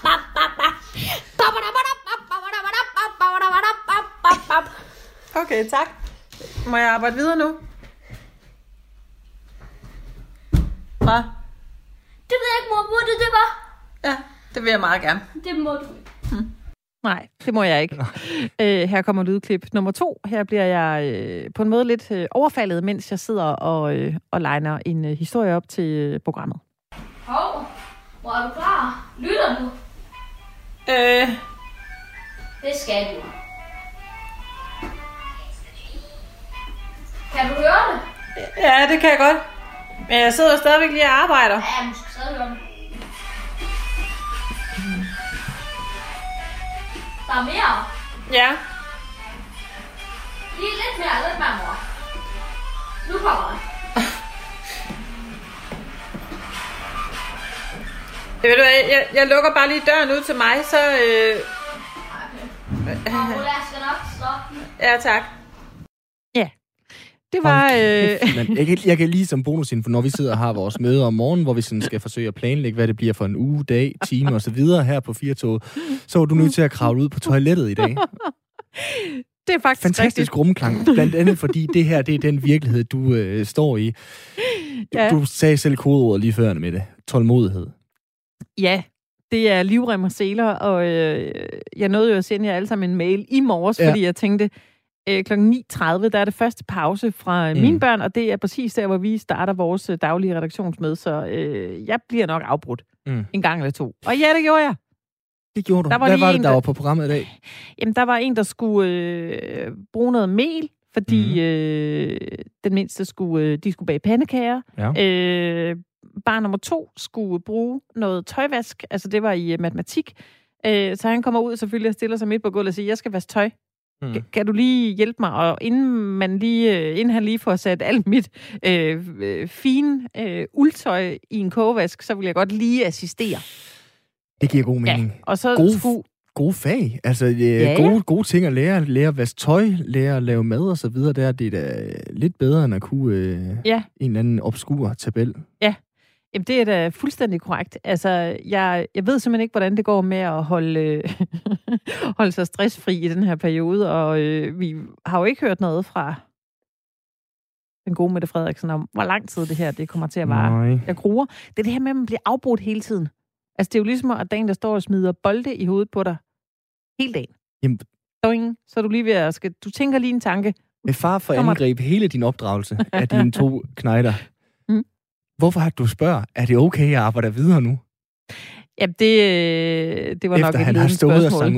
Okay, tak. Må jeg arbejde videre nu? Hvad? Det ved jeg ikke, mor. Hvor det var? Ja, det vil jeg meget gerne. Det må du ikke. Nej, det må jeg ikke. Her kommer lydklip nummer 2. Her bliver jeg på en måde lidt overfaldet, mens jeg sidder og legner en historie op til programmet. Hov, hvor er du klar? Lytter du? Det skal du. Kan du høre det? Ja, det kan jeg godt. Men jeg sidder stadigvæk lige og arbejder. Ja, jeg skal stadig høre det. Der er mere. Ja. Lige lidt mere, mor. Nu kommer det. Ved du hvad, jeg lukker bare lige døren ud til mig, så... Og jeg skal nok stoppe. Ja, tak. Ja. Det var... Jeg kan lige som bonusinfo, når vi sidder og har vores møde om morgenen, hvor vi sådan skal forsøge at planlægge, hvad det bliver for en uge, dag, time og så videre her på 4-toget, så var du nødt til at kravle ud på toilettet i dag. Det er faktisk fantastisk rumklang, blandt andet fordi det her, det er den virkelighed, du står i. Du sagde selv kodeordet lige før med det. Tålmodighed. Ja, det er livrem og seler, og jeg nåede jo at sende jer alle sammen en mail i morges, fordi jeg tænkte, kl. 9.30, der er det første pause fra mine børn, og det er præcis der, hvor vi starter vores daglige redaktionsmøde, så jeg bliver nok afbrudt en gang eller 2. Og ja, det gjorde jeg. Det gjorde du. Hvad var det, der var på programmet i dag? Jamen, der var en, der skulle bruge noget mel, fordi den mindste de skulle bage pandekager. Ja. Barn nummer 2 skulle bruge noget tøjvask, altså det var i matematik. Så han kommer ud selvfølgelig og stiller sig midt på gulvet og siger, jeg skal vaske tøj. Kan du lige hjælpe mig? Og inden han lige får sat alt mit fine uldtøj i en kogevask, så vil jeg godt lige assistere. Det giver god mening. Ja, og så gode fag. Altså, gode ting at lære at vaske tøj, lære at lave mad og så videre. Det er da lidt bedre, end at kunne en eller anden obskur tabel. Ja. Jamen, det er da fuldstændig korrekt. Altså, jeg ved simpelthen ikke, hvordan det går med at holde sig stressfri i den her periode, og vi har jo ikke hørt noget fra den gode Mette Frederiksen om, hvor lang tid det her det kommer til at vare. Jeg gruer. Det er det her med, at man bliver afbrudt hele tiden. Altså, det er jo ligesom, at der er en, der står og smider bolde i hovedet på dig hele dagen. Jamen. Så er du lige ved at... Du tænker lige en tanke. Med far for angreb hele din opdragelse af dine 2 knejder. Hvorfor har du spørger, er det okay, at arbejde videre nu? Jamen, det var nok et ledende spørgsmål.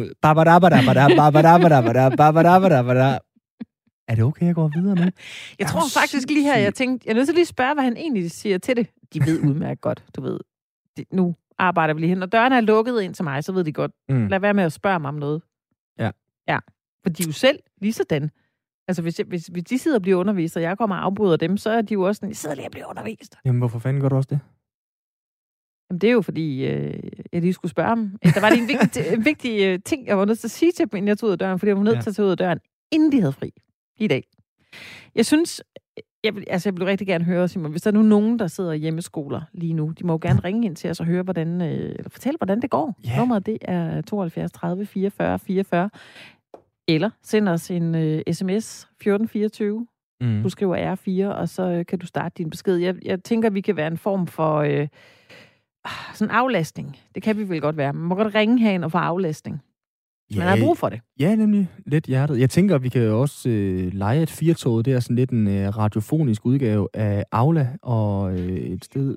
Er det okay, at jeg går videre nu? Jeg tror faktisk lige her, jeg tænkte, jeg er nødt til lige at spørge, hvad han egentlig siger til det. De ved udmærket godt, du ved. Nu arbejder vi lige hen. Når døren er lukket ind til mig, så ved de godt. Lad være med at spørge mig om noget. Ja. Ja. For de er jo selv lige sådan. Altså, hvis de sidder og bliver undervist, og jeg kommer og afbryder dem, så er de jo også sådan, de sidder lige og bliver undervist. Jamen, hvorfor fanden gør du også det? Jamen, det er jo fordi, jeg lige skulle spørge dem. Der var det en vigtig ting, jeg var nødt til at sige til dem, inden jeg tog ud af døren, fordi jeg var nødt til at tage ud af døren, inden de havde fri i dag. Jeg synes, jeg vil rigtig gerne høre, Simon, hvis der er nu nogen, der sidder i hjemmeskoler lige nu, de må jo gerne ringe ind til os og høre, eller fortælle, hvordan det går. Yeah. Nummeret, det er 72 30 44 44. Eller send os en sms 1424. Du skriver R4, og så kan du starte din besked. Jeg tænker, vi kan være en form for sådan aflastning. Det kan vi vel godt være. Man må godt ringe herind og få aflastning. Man har brug for det. Ja, nemlig. Let hjertet. Jeg tænker, vi kan jo også lege et firtog. Det er sådan lidt en radiofonisk udgave af Aula og et sted.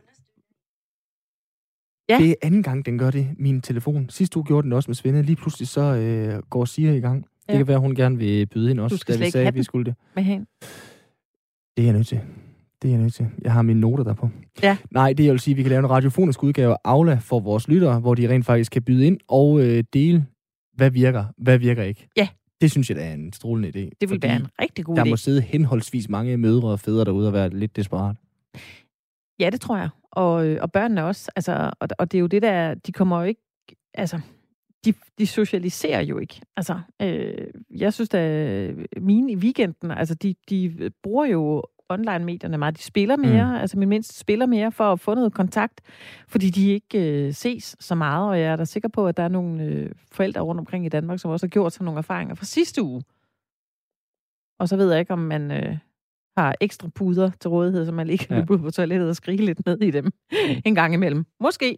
Ja. Det er anden gang, den gør det, min telefon. Sidste uge gjorde den også med Svende. Lige pludselig så går Sia i gang. Ja. Det kan være, hun gerne vil byde ind også, da vi sagde, at vi skulle det. Med hende. Det er jeg nødt til. Jeg har mine noter derpå. Ja. Nej, det jeg vil sige, at vi kan lave en radiofonisk udgave af Aula for vores lyttere, hvor de rent faktisk kan byde ind og dele, hvad virker ikke. Ja. Det synes jeg, det er en strålende idé. Det vil være en rigtig god idé. Der må sidde henholdsvis mange mødre og fædre derude og være lidt desperat. Ja, det tror jeg. Og børnene også. Altså, og det er jo det der, de kommer jo ikke... Altså, de socialiserer jo ikke. Altså, jeg synes, at mine i weekenden, altså, de bruger jo online-medierne meget. De spiller mere, altså min mindste spiller mere for at få noget kontakt, fordi de ikke ses så meget, og jeg er da sikker på, at der er nogle forældre rundt omkring i Danmark, som også har gjort sig nogle erfaringer fra sidste uge. Og så ved jeg ikke, om man har ekstra puder til rådighed, så man lige kan løbe ud på toilettet og skrige lidt ned i dem en gang imellem. Måske.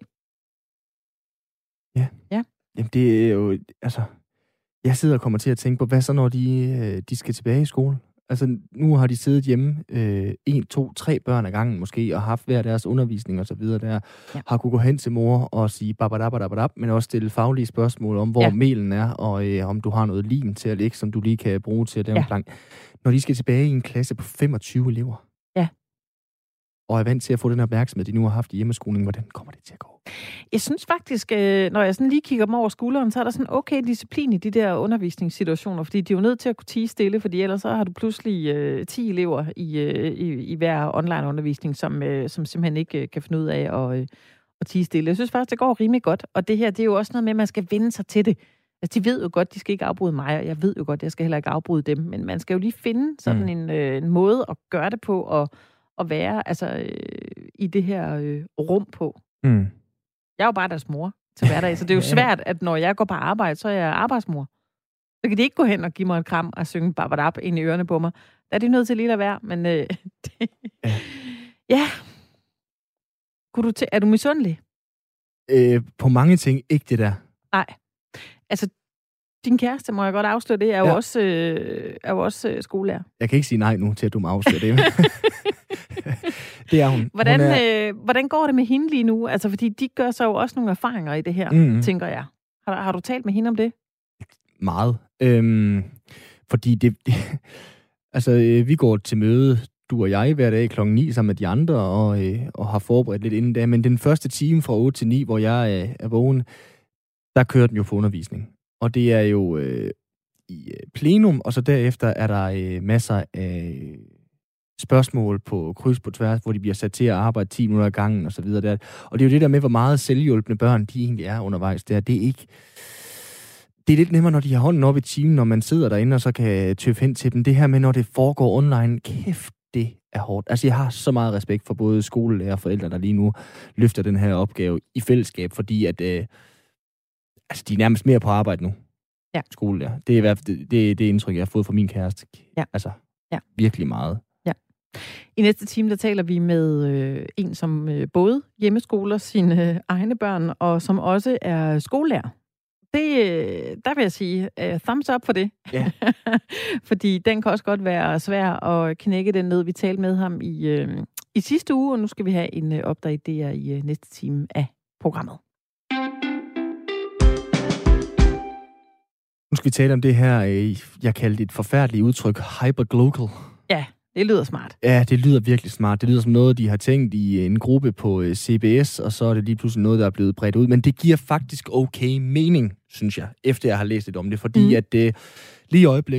Ja. Jamen, det er jo, altså, jeg sidder og kommer til at tænke på, hvad så, når de skal tilbage i skole? Altså, nu har de siddet hjemme 1, 2, 3 børn ad gangen måske, og haft hver deres undervisning og så videre der. Ja. Har kunne gå hen til mor og sige babadabadabadab, men også stille faglige spørgsmål om, hvor melen er, og om du har noget lim til at lægge, som du lige kan bruge til at lave en plank. Når de skal tilbage i en klasse på 25 elever, og er vant til at få den opmærksomhed, de nu har haft i hjemmeskolen, hvordan kommer det til at gå? Jeg synes faktisk, når jeg sådan lige kigger dem over skulderen, så er der sådan okay disciplin i de der undervisningssituationer, fordi de er jo nødt til at kunne tie stille, fordi ellers så har du pludselig 10 elever i hver online-undervisning, som simpelthen ikke kan finde ud af at tie stille. Jeg synes faktisk, det går rimelig godt, og det her, det er jo også noget med, at man skal vende sig til det. Altså, de ved jo godt, de skal ikke afbryde mig, og jeg ved jo godt, jeg skal heller ikke afbryde dem, men man skal jo lige finde sådan en måde at gøre det på, og være altså i det her rum på. Jeg er jo bare deres mor til hverdag, så det er jo svært, at når jeg går på arbejde, så er jeg arbejdsmor. Så kan de ikke gå hen og give mig et kram og synge babadab ind i ørerne på mig. Der er de nødt til lige at være, men ja. Er du misundelig? På mange ting, ikke det der. Nej. Altså, din kæreste, må jeg godt afsløre det, er jo også skolelærer. Jeg kan ikke sige nej nu til, at du må afsløre det. Det er hun. Hvordan går det med hende lige nu? Altså, fordi de gør så jo også nogle erfaringer i det her, tænker jeg. Har du talt med hende om det? Meget. Fordi altså, vi går til møde, du og jeg, hver dag 9:00 sammen med de andre, og har forberedt lidt inden da. Men den første time fra 8 til 9, hvor jeg er vågen, der kører den jo på undervisning. Og det er jo i plenum, og så derefter er der masser af spørgsmål på kryds på tværs, hvor de bliver sat til at arbejde 10 minutter ad gangen og så videre der. Og det er jo det der med, hvor meget selvhjulpne børn de egentlig er undervejs der. Det er lidt nemmere, når de har hånden op i timen, når man sidder derinde og så kan tøffe hen til dem. Det her med, når det foregår online, kæft, det er hårdt. Altså, jeg har så meget respekt for både skolelærer og forældre, der lige nu løfter den her opgave i fællesskab, fordi at de er nærmest mere på arbejde nu. Ja. Skolelærer. Det er i hvert fald det indtryk, jeg har fået fra min kæreste. Ja. Altså, virkelig meget. I næste time, der taler vi med en, som både hjemmeskoler sine egne børn, og som også er skolelærer. Der vil jeg sige thumbs up for det. Yeah. Fordi den kan også godt være svær at knække den ned. Vi talte med ham i sidste uge, og nu skal vi have en update der i næste time af programmet. Nu skal vi tale om det her, jeg kaldte et forfærdeligt udtryk, hyperlocal. Ja. Det lyder smart. Ja, det lyder virkelig smart. Det lyder som noget, de har tænkt i en gruppe på CBS, og så er det lige pludselig noget, der er blevet bredt ud. Men det giver faktisk okay mening, synes jeg, efter jeg har læst lidt om det. Fordi at lige i øjeblikket,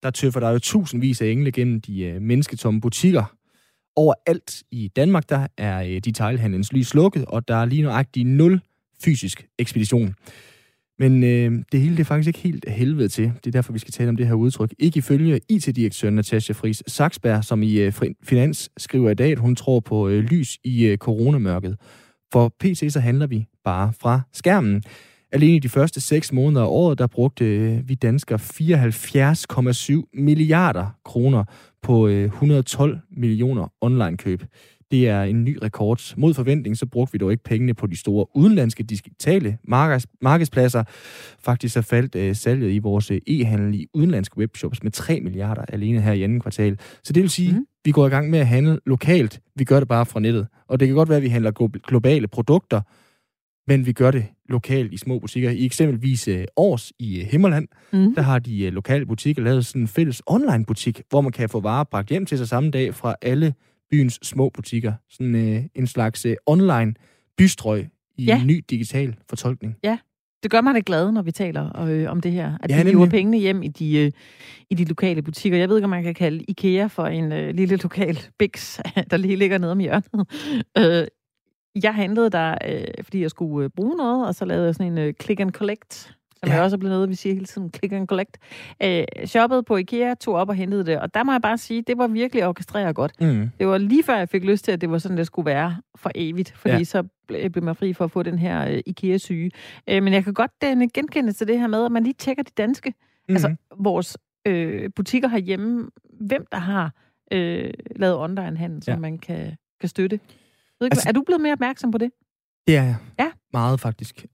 der tøffer der jo tusindvis af engle gennem de mennesketomme butikker. Overalt i Danmark, der er detailhandlens lys slukket, og der er lige nøjagtigt 0 fysisk ekspedition. Men det hele det er faktisk ikke helt helvede til. Det er derfor, vi skal tale om det her udtryk. Ikke ifølge IT-direktør Natasha Friis Saksberg, som i Finans skriver i dag, at hun tror på lys i coronamørket. For PC så handler vi bare fra skærmen. Alene i de første 6 måneder af året, der brugte vi danskere 74,7 milliarder kroner på 112 millioner online-køb. Det er en ny rekord. Mod forventning, så brugte vi dog ikke pengene på de store udenlandske digitale markedspladser. Faktisk så faldt salget i vores e-handel i udenlandske webshops med 3 milliarder alene her i anden kvartal. Så det vil sige, vi går i gang med at handle lokalt. Vi gør det bare fra nettet. Og det kan godt være, at vi handler globale produkter, men vi gør det lokalt i små butikker. I eksempelvis Aars i Himmerland, der har de lokale butikker lavet sådan en fælles online-butik, hvor man kan få varer bragt hjem til sig samme dag fra alle byens små butikker. Sådan en slags online bystrøg i en ny digital fortolkning. Ja, det gør mig da glad, når vi taler om det her. At vi hiver pengene hjem i de lokale butikker. Jeg ved ikke, om man kan kalde IKEA for en lille lokal biks, der lige ligger nede om hjørnet. Jeg handlede der, fordi jeg skulle bruge noget, og så lavede jeg sådan en click and collect, som jeg også er blevet noget, vi siger hele tiden, click and collect. Shoppede på IKEA, tog op og hentede det, og der må jeg bare sige, det var virkelig orkestreret godt. Det var lige før, jeg fik lyst til, at det var sådan, det skulle være for evigt, fordi så blev man fri for at få den her IKEA-syge. Men jeg kan godt genkende til det her med, at man lige tjekker de danske, altså vores butikker herhjemme, hvem der har lavet online-handel, som man kan støtte. Altså, er du blevet mere opmærksom på det? Det er jeg. Ja. Meget faktisk.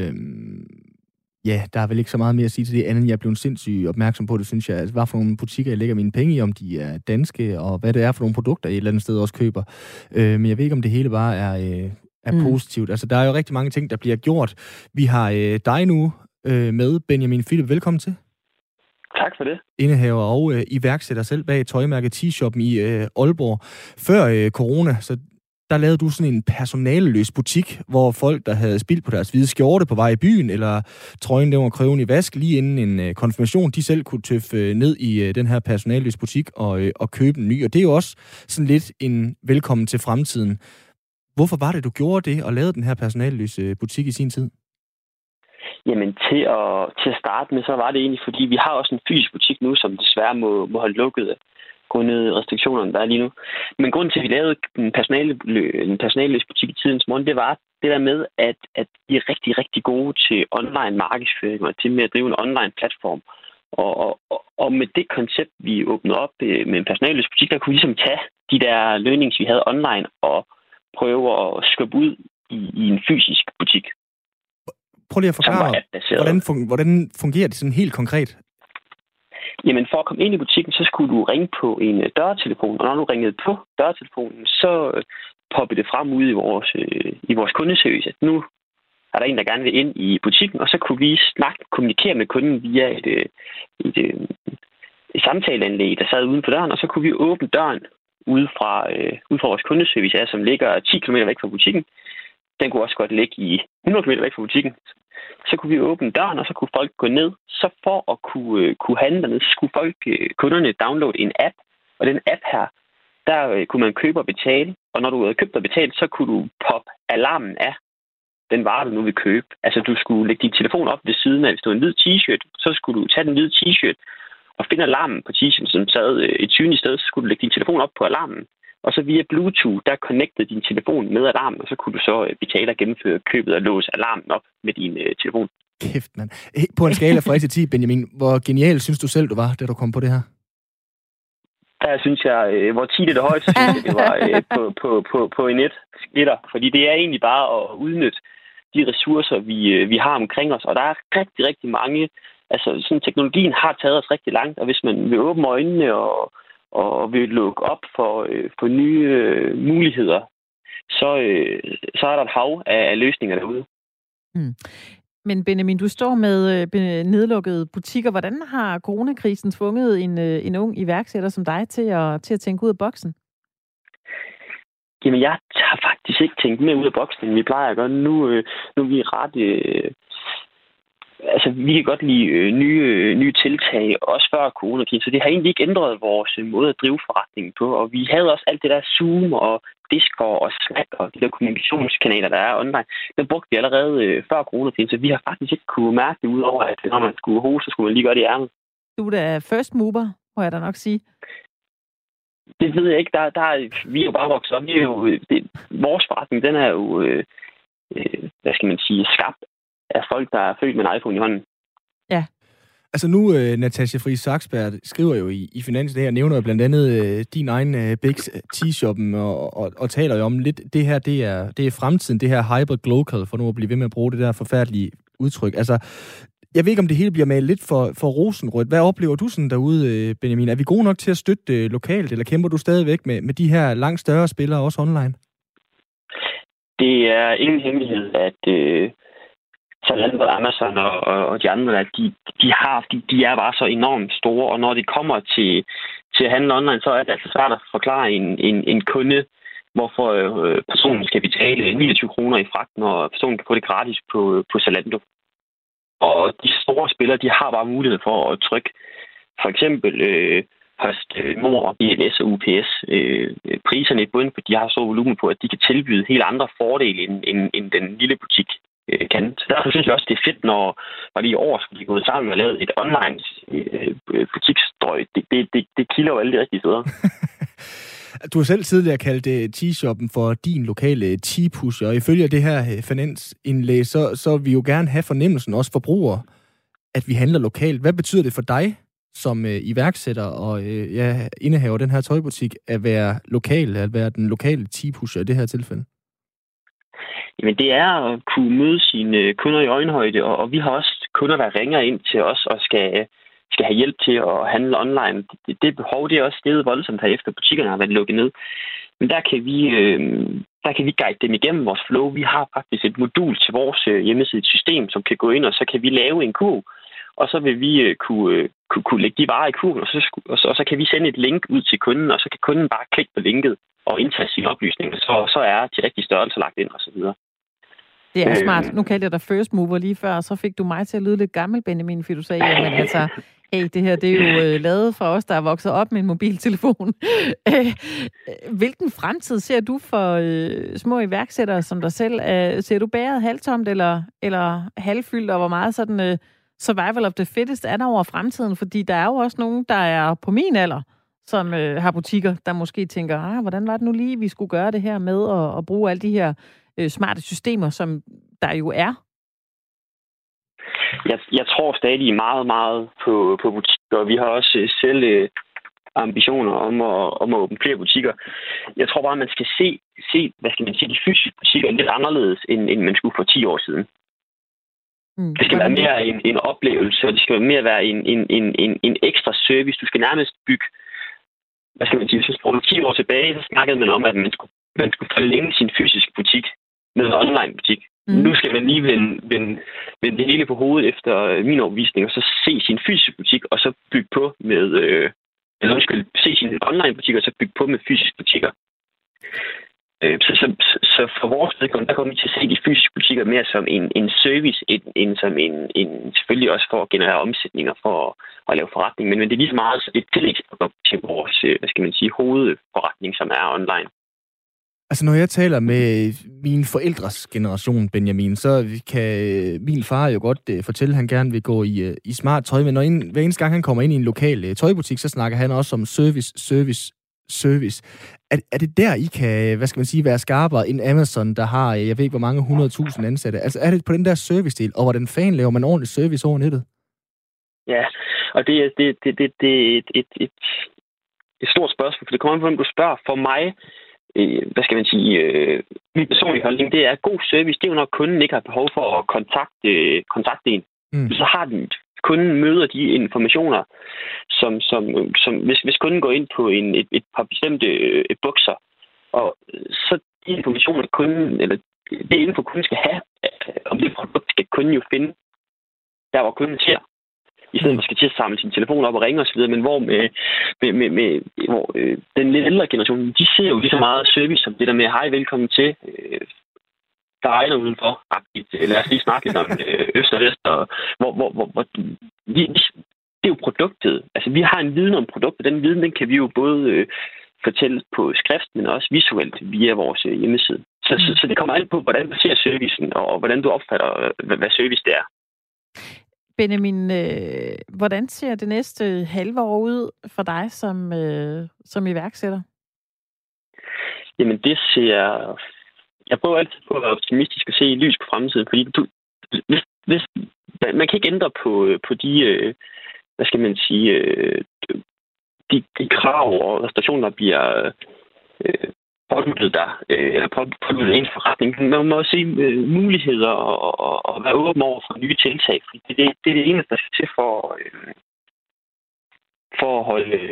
Ja, der er vel ikke så meget mere at sige til det, andet end jeg er blevet sindssygt opmærksom på det, synes jeg. Altså, hvad for nogle butikker, jeg lægger mine penge i, om de er danske, og hvad det er for nogle produkter, jeg et eller andet sted også køber. Men jeg ved ikke, om det hele bare er positivt. Altså, der er jo rigtig mange ting, der bliver gjort. Vi har dig nu med, Benjamin Philip. Velkommen til. Tak for det. Indehaver og iværksætter selv bag tøjmærket T-Shoppen i Aalborg. Før corona, så der lavede du sådan en personaleløs butik, hvor folk, der havde spildt på deres hvide skjorte på vej i byen, eller trøjen, der var krøven i vask, lige inden en konfirmation, de selv kunne tøffe ned i den her personaleløs butik og købe en ny. Og det er jo også sådan lidt en velkommen til fremtiden. Hvorfor var det, du gjorde det og lavede den her personaleløse butik i sin tid? Jamen, til at starte med, så var det egentlig, fordi vi har også en fysisk butik nu, som desværre må holde lukket grundet restriktionerne, der er lige nu. Men grunden til, at vi lavede en personaleløs butik i tidens morgen, det var det der med, at vi er rigtig, rigtig gode til online markedsføring og til med at drive en online platform. Og med det koncept, vi åbnede op med en personaleløs butik, der kunne vi ligesom tage de der learnings, vi havde online, og prøve at skubbe ud i en fysisk butik. Prøv lige at forklare, hvordan fungerer det sådan helt konkret? Jamen, for at komme ind i butikken, så skulle du ringe på en dørtelefon, og når du ringede på dørtelefonen, så poppede det frem ud i vores kundeservice, at nu er der en, der gerne vil ind i butikken, og så kunne vi kommunikere med kunden via et samtaleanlæg, der sad uden for døren, og så kunne vi åbne døren ude fra vores kundeservice, som ligger 10 km væk fra butikken. Den kunne også godt ligge i 100 km væk fra butikken. Så kunne vi åbne døren, og så kunne folk gå ned. Så for at kunne handle dernede, så skulle kunderne downloade en app. Og den app her, der kunne man købe og betale. Og når du havde købt og betalt, så kunne du poppe alarmen af den vare, du nu vil købe. Altså, du skulle lægge din telefon op ved siden af. Hvis du havde en hvid t-shirt, så skulle du tage den hvide t-shirt og finde alarmen på t-shirten, som sad et synligt sted. Så skulle du lægge din telefon op på alarmen. Og så via Bluetooth, der connectede din telefon med alarmen, og så kunne du så betale og gennemføre købet og låse alarmen op med din telefon. Kæft, mand. På en skala fra 1 til 10, Benjamin, hvor genial synes du selv, du var, da du kom på det her? Der synes jeg, hvor 10 er det højeste, synes jeg, det var på en etter. Fordi det er egentlig bare at udnytte de ressourcer, vi har omkring os. Og der er rigtig, rigtig mange. Altså, sådan, teknologien har taget os rigtig langt, og hvis man vil åbne øjnene og vil lukke op for nye muligheder, så er der et hav af løsninger derude. Men Benjamin, du står med nedlukkede butikker. Hvordan har coronakrisen tvunget en ung iværksætter som dig til at tænke ud af boksen? Jamen, jeg har faktisk ikke tænkt mere ud af boksen, end vi plejer at gøre. Nu er vi ret altså, vi kan godt lide nye tiltag, også før coronakrisen, så det har egentlig ikke ændret vores måde at drive forretningen på. Og vi havde også alt det der Zoom og Discord og Slack og de der kommunikationskanaler, der er online. Det brugte vi allerede før coronakrisen, så vi har faktisk ikke kunne mærke det, udover at når man skulle hoste, så skulle man lige gøre det i ærmet. Du er da first mover, må jeg da nok sige. Det ved jeg ikke. Vi er jo bare vokset op. Vores forretning, den er jo, hvad skal man sige, skabt af folk, der er født med en iPhone i hånden. Ja. Altså nu, Natasja Friis Saxberg skriver jo i Finans det her, nævner jo blandt andet din egen Bix T-shoppen og taler jo om lidt, det her, det er fremtiden, det her hybrid local, for nu at blive ved med at bruge det der forfærdelige udtryk. Altså, jeg ved ikke, om det hele bliver malet lidt for rosenrødt. Hvad oplever du sådan derude, Benjamin? Er vi gode nok til at støtte lokalt, eller kæmper du stadigvæk med de her langt større spillere, også online? Det er ingen hemmelighed, at Zalando, Amazon og de andre, de er bare så enormt store, og når det kommer til at handle online, så er det altså svært at forklare en kunde, hvorfor personen skal betale 29 kroner i fragt, når personen kan få det gratis på Zalando. Og de store spillere, de har bare mulighed for at trykke for eksempel PostNord, GLS og UPS priserne i bunden, for de har så volumen på, at de kan tilbyde helt andre fordele, end den lille butik kan. Så derfor synes jeg også, det er fedt, når de i år skulle gå sammen og lavet et online butiksstrøg. Det kilder jo alle de rigtige steder. Du har selv tidligere kaldt T-shoppen for din lokale T-pusher, og ifølge det her finansindlæg, så vil vi jo gerne have fornemmelsen, også forbrugere, at vi handler lokalt. Hvad betyder det for dig som iværksætter og indehaver den her tøjbutik, at være lokal, at være den lokale T-pusher i det her tilfælde? Jamen, det er at kunne møde sine kunder i øjenhøjde, og vi har også kunder, der ringer ind til os og skal have hjælp til at handle online. Det behov, det er også steget voldsomt her efter butikkerne har været lukket ned. Men der kan vi guide dem igennem vores flow. Vi har faktisk et modul til vores hjemmeside, et system, som kan gå ind, og så kan vi lave en kurv, og så vil vi kunne lægge de varer i kurven, og så kan vi sende et link ud til kunden, og så kan kunden bare klikke på linket og indtage sine oplysninger. Så er de rigtige størrelser lagt ind, og så videre. Det er smart. Nu kaldte jeg dig first mover lige før, og så fik du mig til at lyde lidt gammel, Benjamin, fordi du sagde, jamen altså, hey, det her, det er jo lavet for os, der er vokset op med en mobiltelefon. Hvilken fremtid ser du for små iværksættere som dig selv? Ser du bæret halvtomt eller halvfyldt, og hvor meget sådan survival of the fittest er der over fremtiden? Fordi der er jo også nogen, der er på min alder, som har butikker, der måske tænker, hvordan var det nu lige, vi skulle gøre det her med at bruge alle de her smarte systemer, som der jo er? Jeg tror stadig meget, meget på butikker, og vi har også selv ambitioner om at åbne flere butikker. Jeg tror bare, at man skal se, hvad skal man sige, de fysiske butikker lidt anderledes, end man skulle for 10 år siden. Det skal være mere en oplevelse, og det skal mere være en ekstra service. Du skal nærmest bygge, hvad skal man sige, hvis man 10 år tilbage, så snakkede man om, at man skulle forlænge sin fysiske butik med en online butik. Nu skal man lige vende det hele på hovedet efter min overbevisning, og så se sin fysiske butik, og så bygge på med, se sin online butik, og så bygge på med fysiske butikker. Så for vores vedkommende, der kommer vi til at se de fysiske butikker mere som en service, end som en selvfølgelig også for at generere omsætninger for at lave forretning. Men det er lige så meget et tillægsprodukt til vores, hvad skal man sige, hovedforretning, som er online. Altså, når jeg taler med min forældres generation, Benjamin, så kan min far jo godt fortælle, at han gerne vil gå i smart tøj, men hver eneste gang han kommer ind i en lokal tøjbutik, så snakker han også om service. Er det der, I kan, hvad skal man sige, være skarpere end Amazon, der har, jeg ved ikke, hvor mange 100.000 ansatte? Altså, er det på den der service-del, og hvordan fanden laver man ordentlig service over nettet? Ja, og det er et stort spørgsmål, for det kommer an på, hvem du spørger. For mig, hvad skal man sige, min personlige holdning, det er god service. Det er jo, når kunden ikke har behov for at kontakte en. Så har den kunden møder de informationer, som hvis kunden går ind på et par bestemte bukser, og så de informationer, kunden, eller det info, kunden skal have, om det produkt, skal kunden jo finde der, hvor kunden ser. I stedet for skal til at samle sin telefon op og ringe osv., men hvor den lidt ældre generation, de ser jo lige så meget service som det der med, hej, velkommen til, der regner udenfor. Lad os lige snakke lidt om øst og vest. Og, hvor det er jo produktet. Altså, vi har en viden om produktet. Den viden, den kan vi jo både fortælle på skrift, men også visuelt via vores hjemmeside. Så det kommer an på, hvordan du ser servicen, og hvordan du opfatter, hvad service det er. Benjamin, hvordan ser det næste halve år ud for dig som iværksætter? Jamen, det ser... Jeg prøver altid på at være optimistisk og se lys på fremtiden, fordi man kan ikke ændre på de, hvad skal man sige, de krav og restriktioner, der bliver påduttet der, eller påduttet ens forretning. Man må også se muligheder og være åben over for nye tiltag, fordi det er det eneste, der skal til for at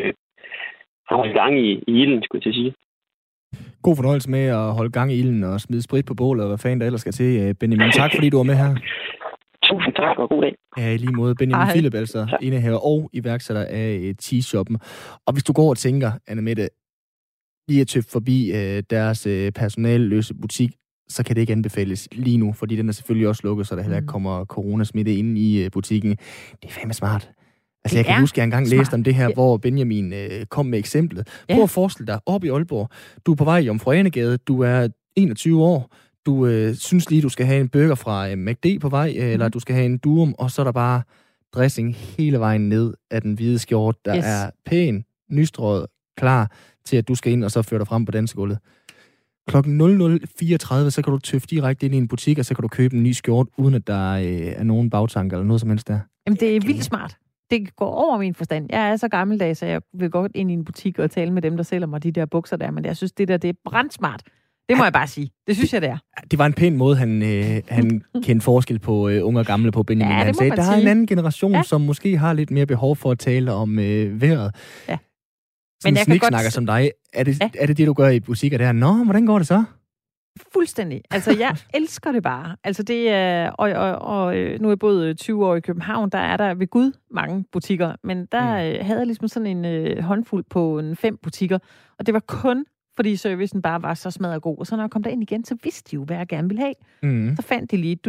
holde gang i ilden, skulle jeg til at sige. God fornøjelse med at holde gang i ilden og smide sprit på bålet, og hvad fanden der ellers skal til. Benjamin, tak fordi du var med her. Tusind tak, og god dag. Ja, i lige måde. Benjamin Philip, altså indehaver og iværksætter af T-shoppen. Og hvis du går og tænker, Anne-Mette, lige at tøffe forbi deres personalløse butik, så kan det ikke anbefales lige nu, fordi den er selvfølgelig også lukket, så der heller ikke kommer coronasmitte ind i butikken. Det er fandme smart. Altså, jeg kan huske, at jeg engang læste om det her, hvor Benjamin kom med eksemplet. Prøv at forestille dig, op i Aalborg, du er på vej i Jomfru Anegade, du er 21 år, du synes lige, du skal have en burger fra McD på vej, eller du skal have en durum, og så er der bare dressing hele vejen ned af den hvide skjorte, der er pæn, nystrøget, klar til, at du skal ind og så føre dig frem på dansegulvet. Klokken 00:34, så kan du tøffe direkte ind i en butik, og så kan du købe en ny skjorte, uden at der er nogen bagtanker eller noget som helst der. Jamen, det er vildt smart. Det går over min forstand. Jeg er så gammeldags, så jeg vil godt ind i en butik og tale med dem, der sælger mig de der bukser der, men jeg synes, det er brandsmart. Det må jeg bare sige. Det synes jeg, det er. Det var en pæn måde, han kendte forskel på unge og gamle på, Benjamin. Ja, han sagde, der er en anden generation, som måske har lidt mere behov for at tale om vejret. Ja. Men jeg kan godt... som dig. Er det, du gør i butikker der? Nå, hvordan går det så? Fuldstændig. Altså, jeg elsker det bare. Altså, det er... Og nu er jeg boet 20 år i København, der er der ved Gud mange butikker, men der havde jeg ligesom sådan en håndfuld på 5 butikker, og det var kun fordi servicen bare var så smadret god. Og så når jeg kom derind igen, så vidste de jo, hvad jeg gerne ville have. Så fandt de lige,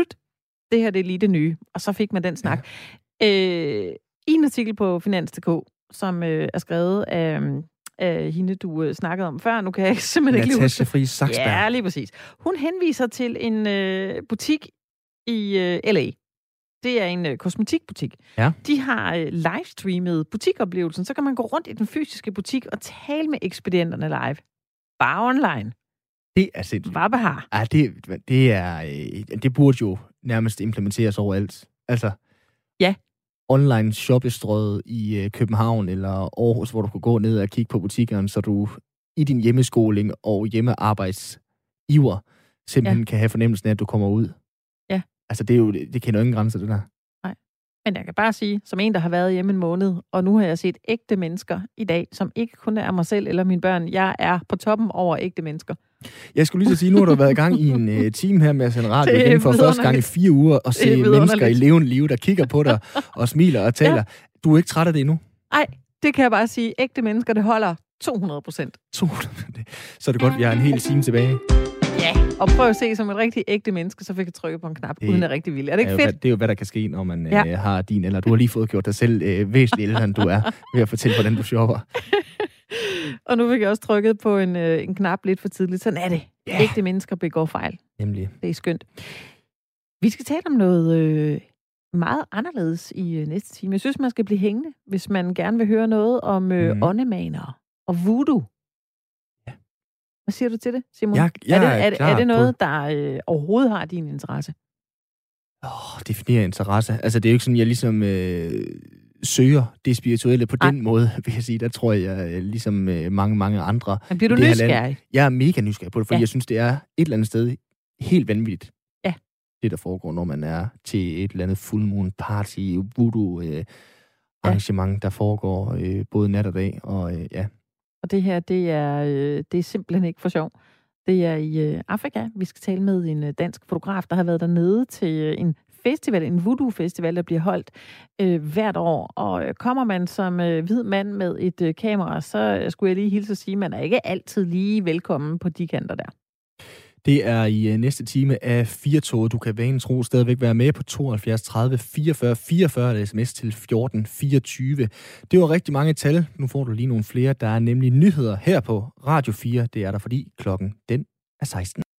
det her det er lige det nye. Og så fik man den snak. I en artikel på Finans.dk, som er skrevet af hende, du snakkede om før. Nu kan jeg simpelthen ikke Natasja Friis Saksberg. Ja, lige præcis. Hun henviser til en butik i LA. Det er en kosmetikbutik. Ja. De har livestreamet butikoplevelsen. Så kan man gå rundt i den fysiske butik og tale med ekspedienterne live. Bare online. Det er sindssygt. Bare behar. Ja, det burde jo nærmest implementeres overalt. Altså, ja. Online shoppestrøget i København eller Aarhus, hvor du kan gå ned og kigge på butikkerne, så du i din hjemmeskoling og hjemmearbejdsiver simpelthen kan have fornemmelsen af, at du kommer ud. Ja. Altså, det kender ingen grænser, det der. Nej. Men jeg kan bare sige, som en, der har været hjemme en måned, og nu har jeg set ægte mennesker i dag, som ikke kun er mig selv eller mine børn. Jeg er på toppen over ægte mennesker. Jeg skulle lige så sige, nu har du været i gang i en time her med at sende radio igen for første gang i 4 uger, og se mennesker i levende liv, der kigger på dig og smiler og taler. Ja. Du er ikke træt af det endnu? Nej, det kan jeg bare sige. Ægte mennesker, det holder 200%. 200%. Så er det godt, vi har en hel time tilbage. Ja, og prøv at se som et rigtig ægte menneske, så fik jeg trykke på en knap, uden at rigtig vilje. Er det ikke fedt? Det er jo, hvad der kan ske, når man har din, eller du har lige fået gjort dig selv væsentligt ældre, end du er, ved at fortælle, hvordan du shopper. Og nu fik jeg også trykket på en knap lidt for tidligt. Sådan er det. Yeah. Ægte mennesker begår fejl. Nemlig. Det er skønt. Vi skal tale om noget meget anderledes i næste time. Jeg synes, man skal blive hængende, hvis man gerne vil høre noget om åndemanere og voodoo. Ja. Hvad siger du til det, Simon? Er det noget, der overhovedet har din interesse? Definerer interesse. Altså, det er jo ikke sådan, jeg ligesom søger det spirituelle på den måde, vil jeg sige. Der tror jeg, ligesom mange andre... Men bliver du nysgerrig? Jeg er mega nysgerrig på det, fordi jeg synes, det er et eller andet sted helt vanvittigt. Ja. Det, der foregår, når man er til et eller andet full moon party, voodoo arrangement, der foregår både nat og dag, og ja. Og det her, det er simpelthen ikke for sjov. Det er i Afrika. Vi skal tale med en dansk fotograf, der har været dernede til en festival, en voodoo-festival, der bliver holdt hvert år. Og kommer man som hvid mand med et kamera, så skulle jeg lige hilse at sige, at man er ikke altid lige velkommen på de kanter der. Det er i næste time af 4-toget. Du kan vanen tro stadigvæk være med på 72 30 44 44 eller sms til 14 24. Det var rigtig mange tal. Nu får du lige nogle flere. Der er nemlig nyheder her på Radio 4. Det er der, fordi klokken den er 16.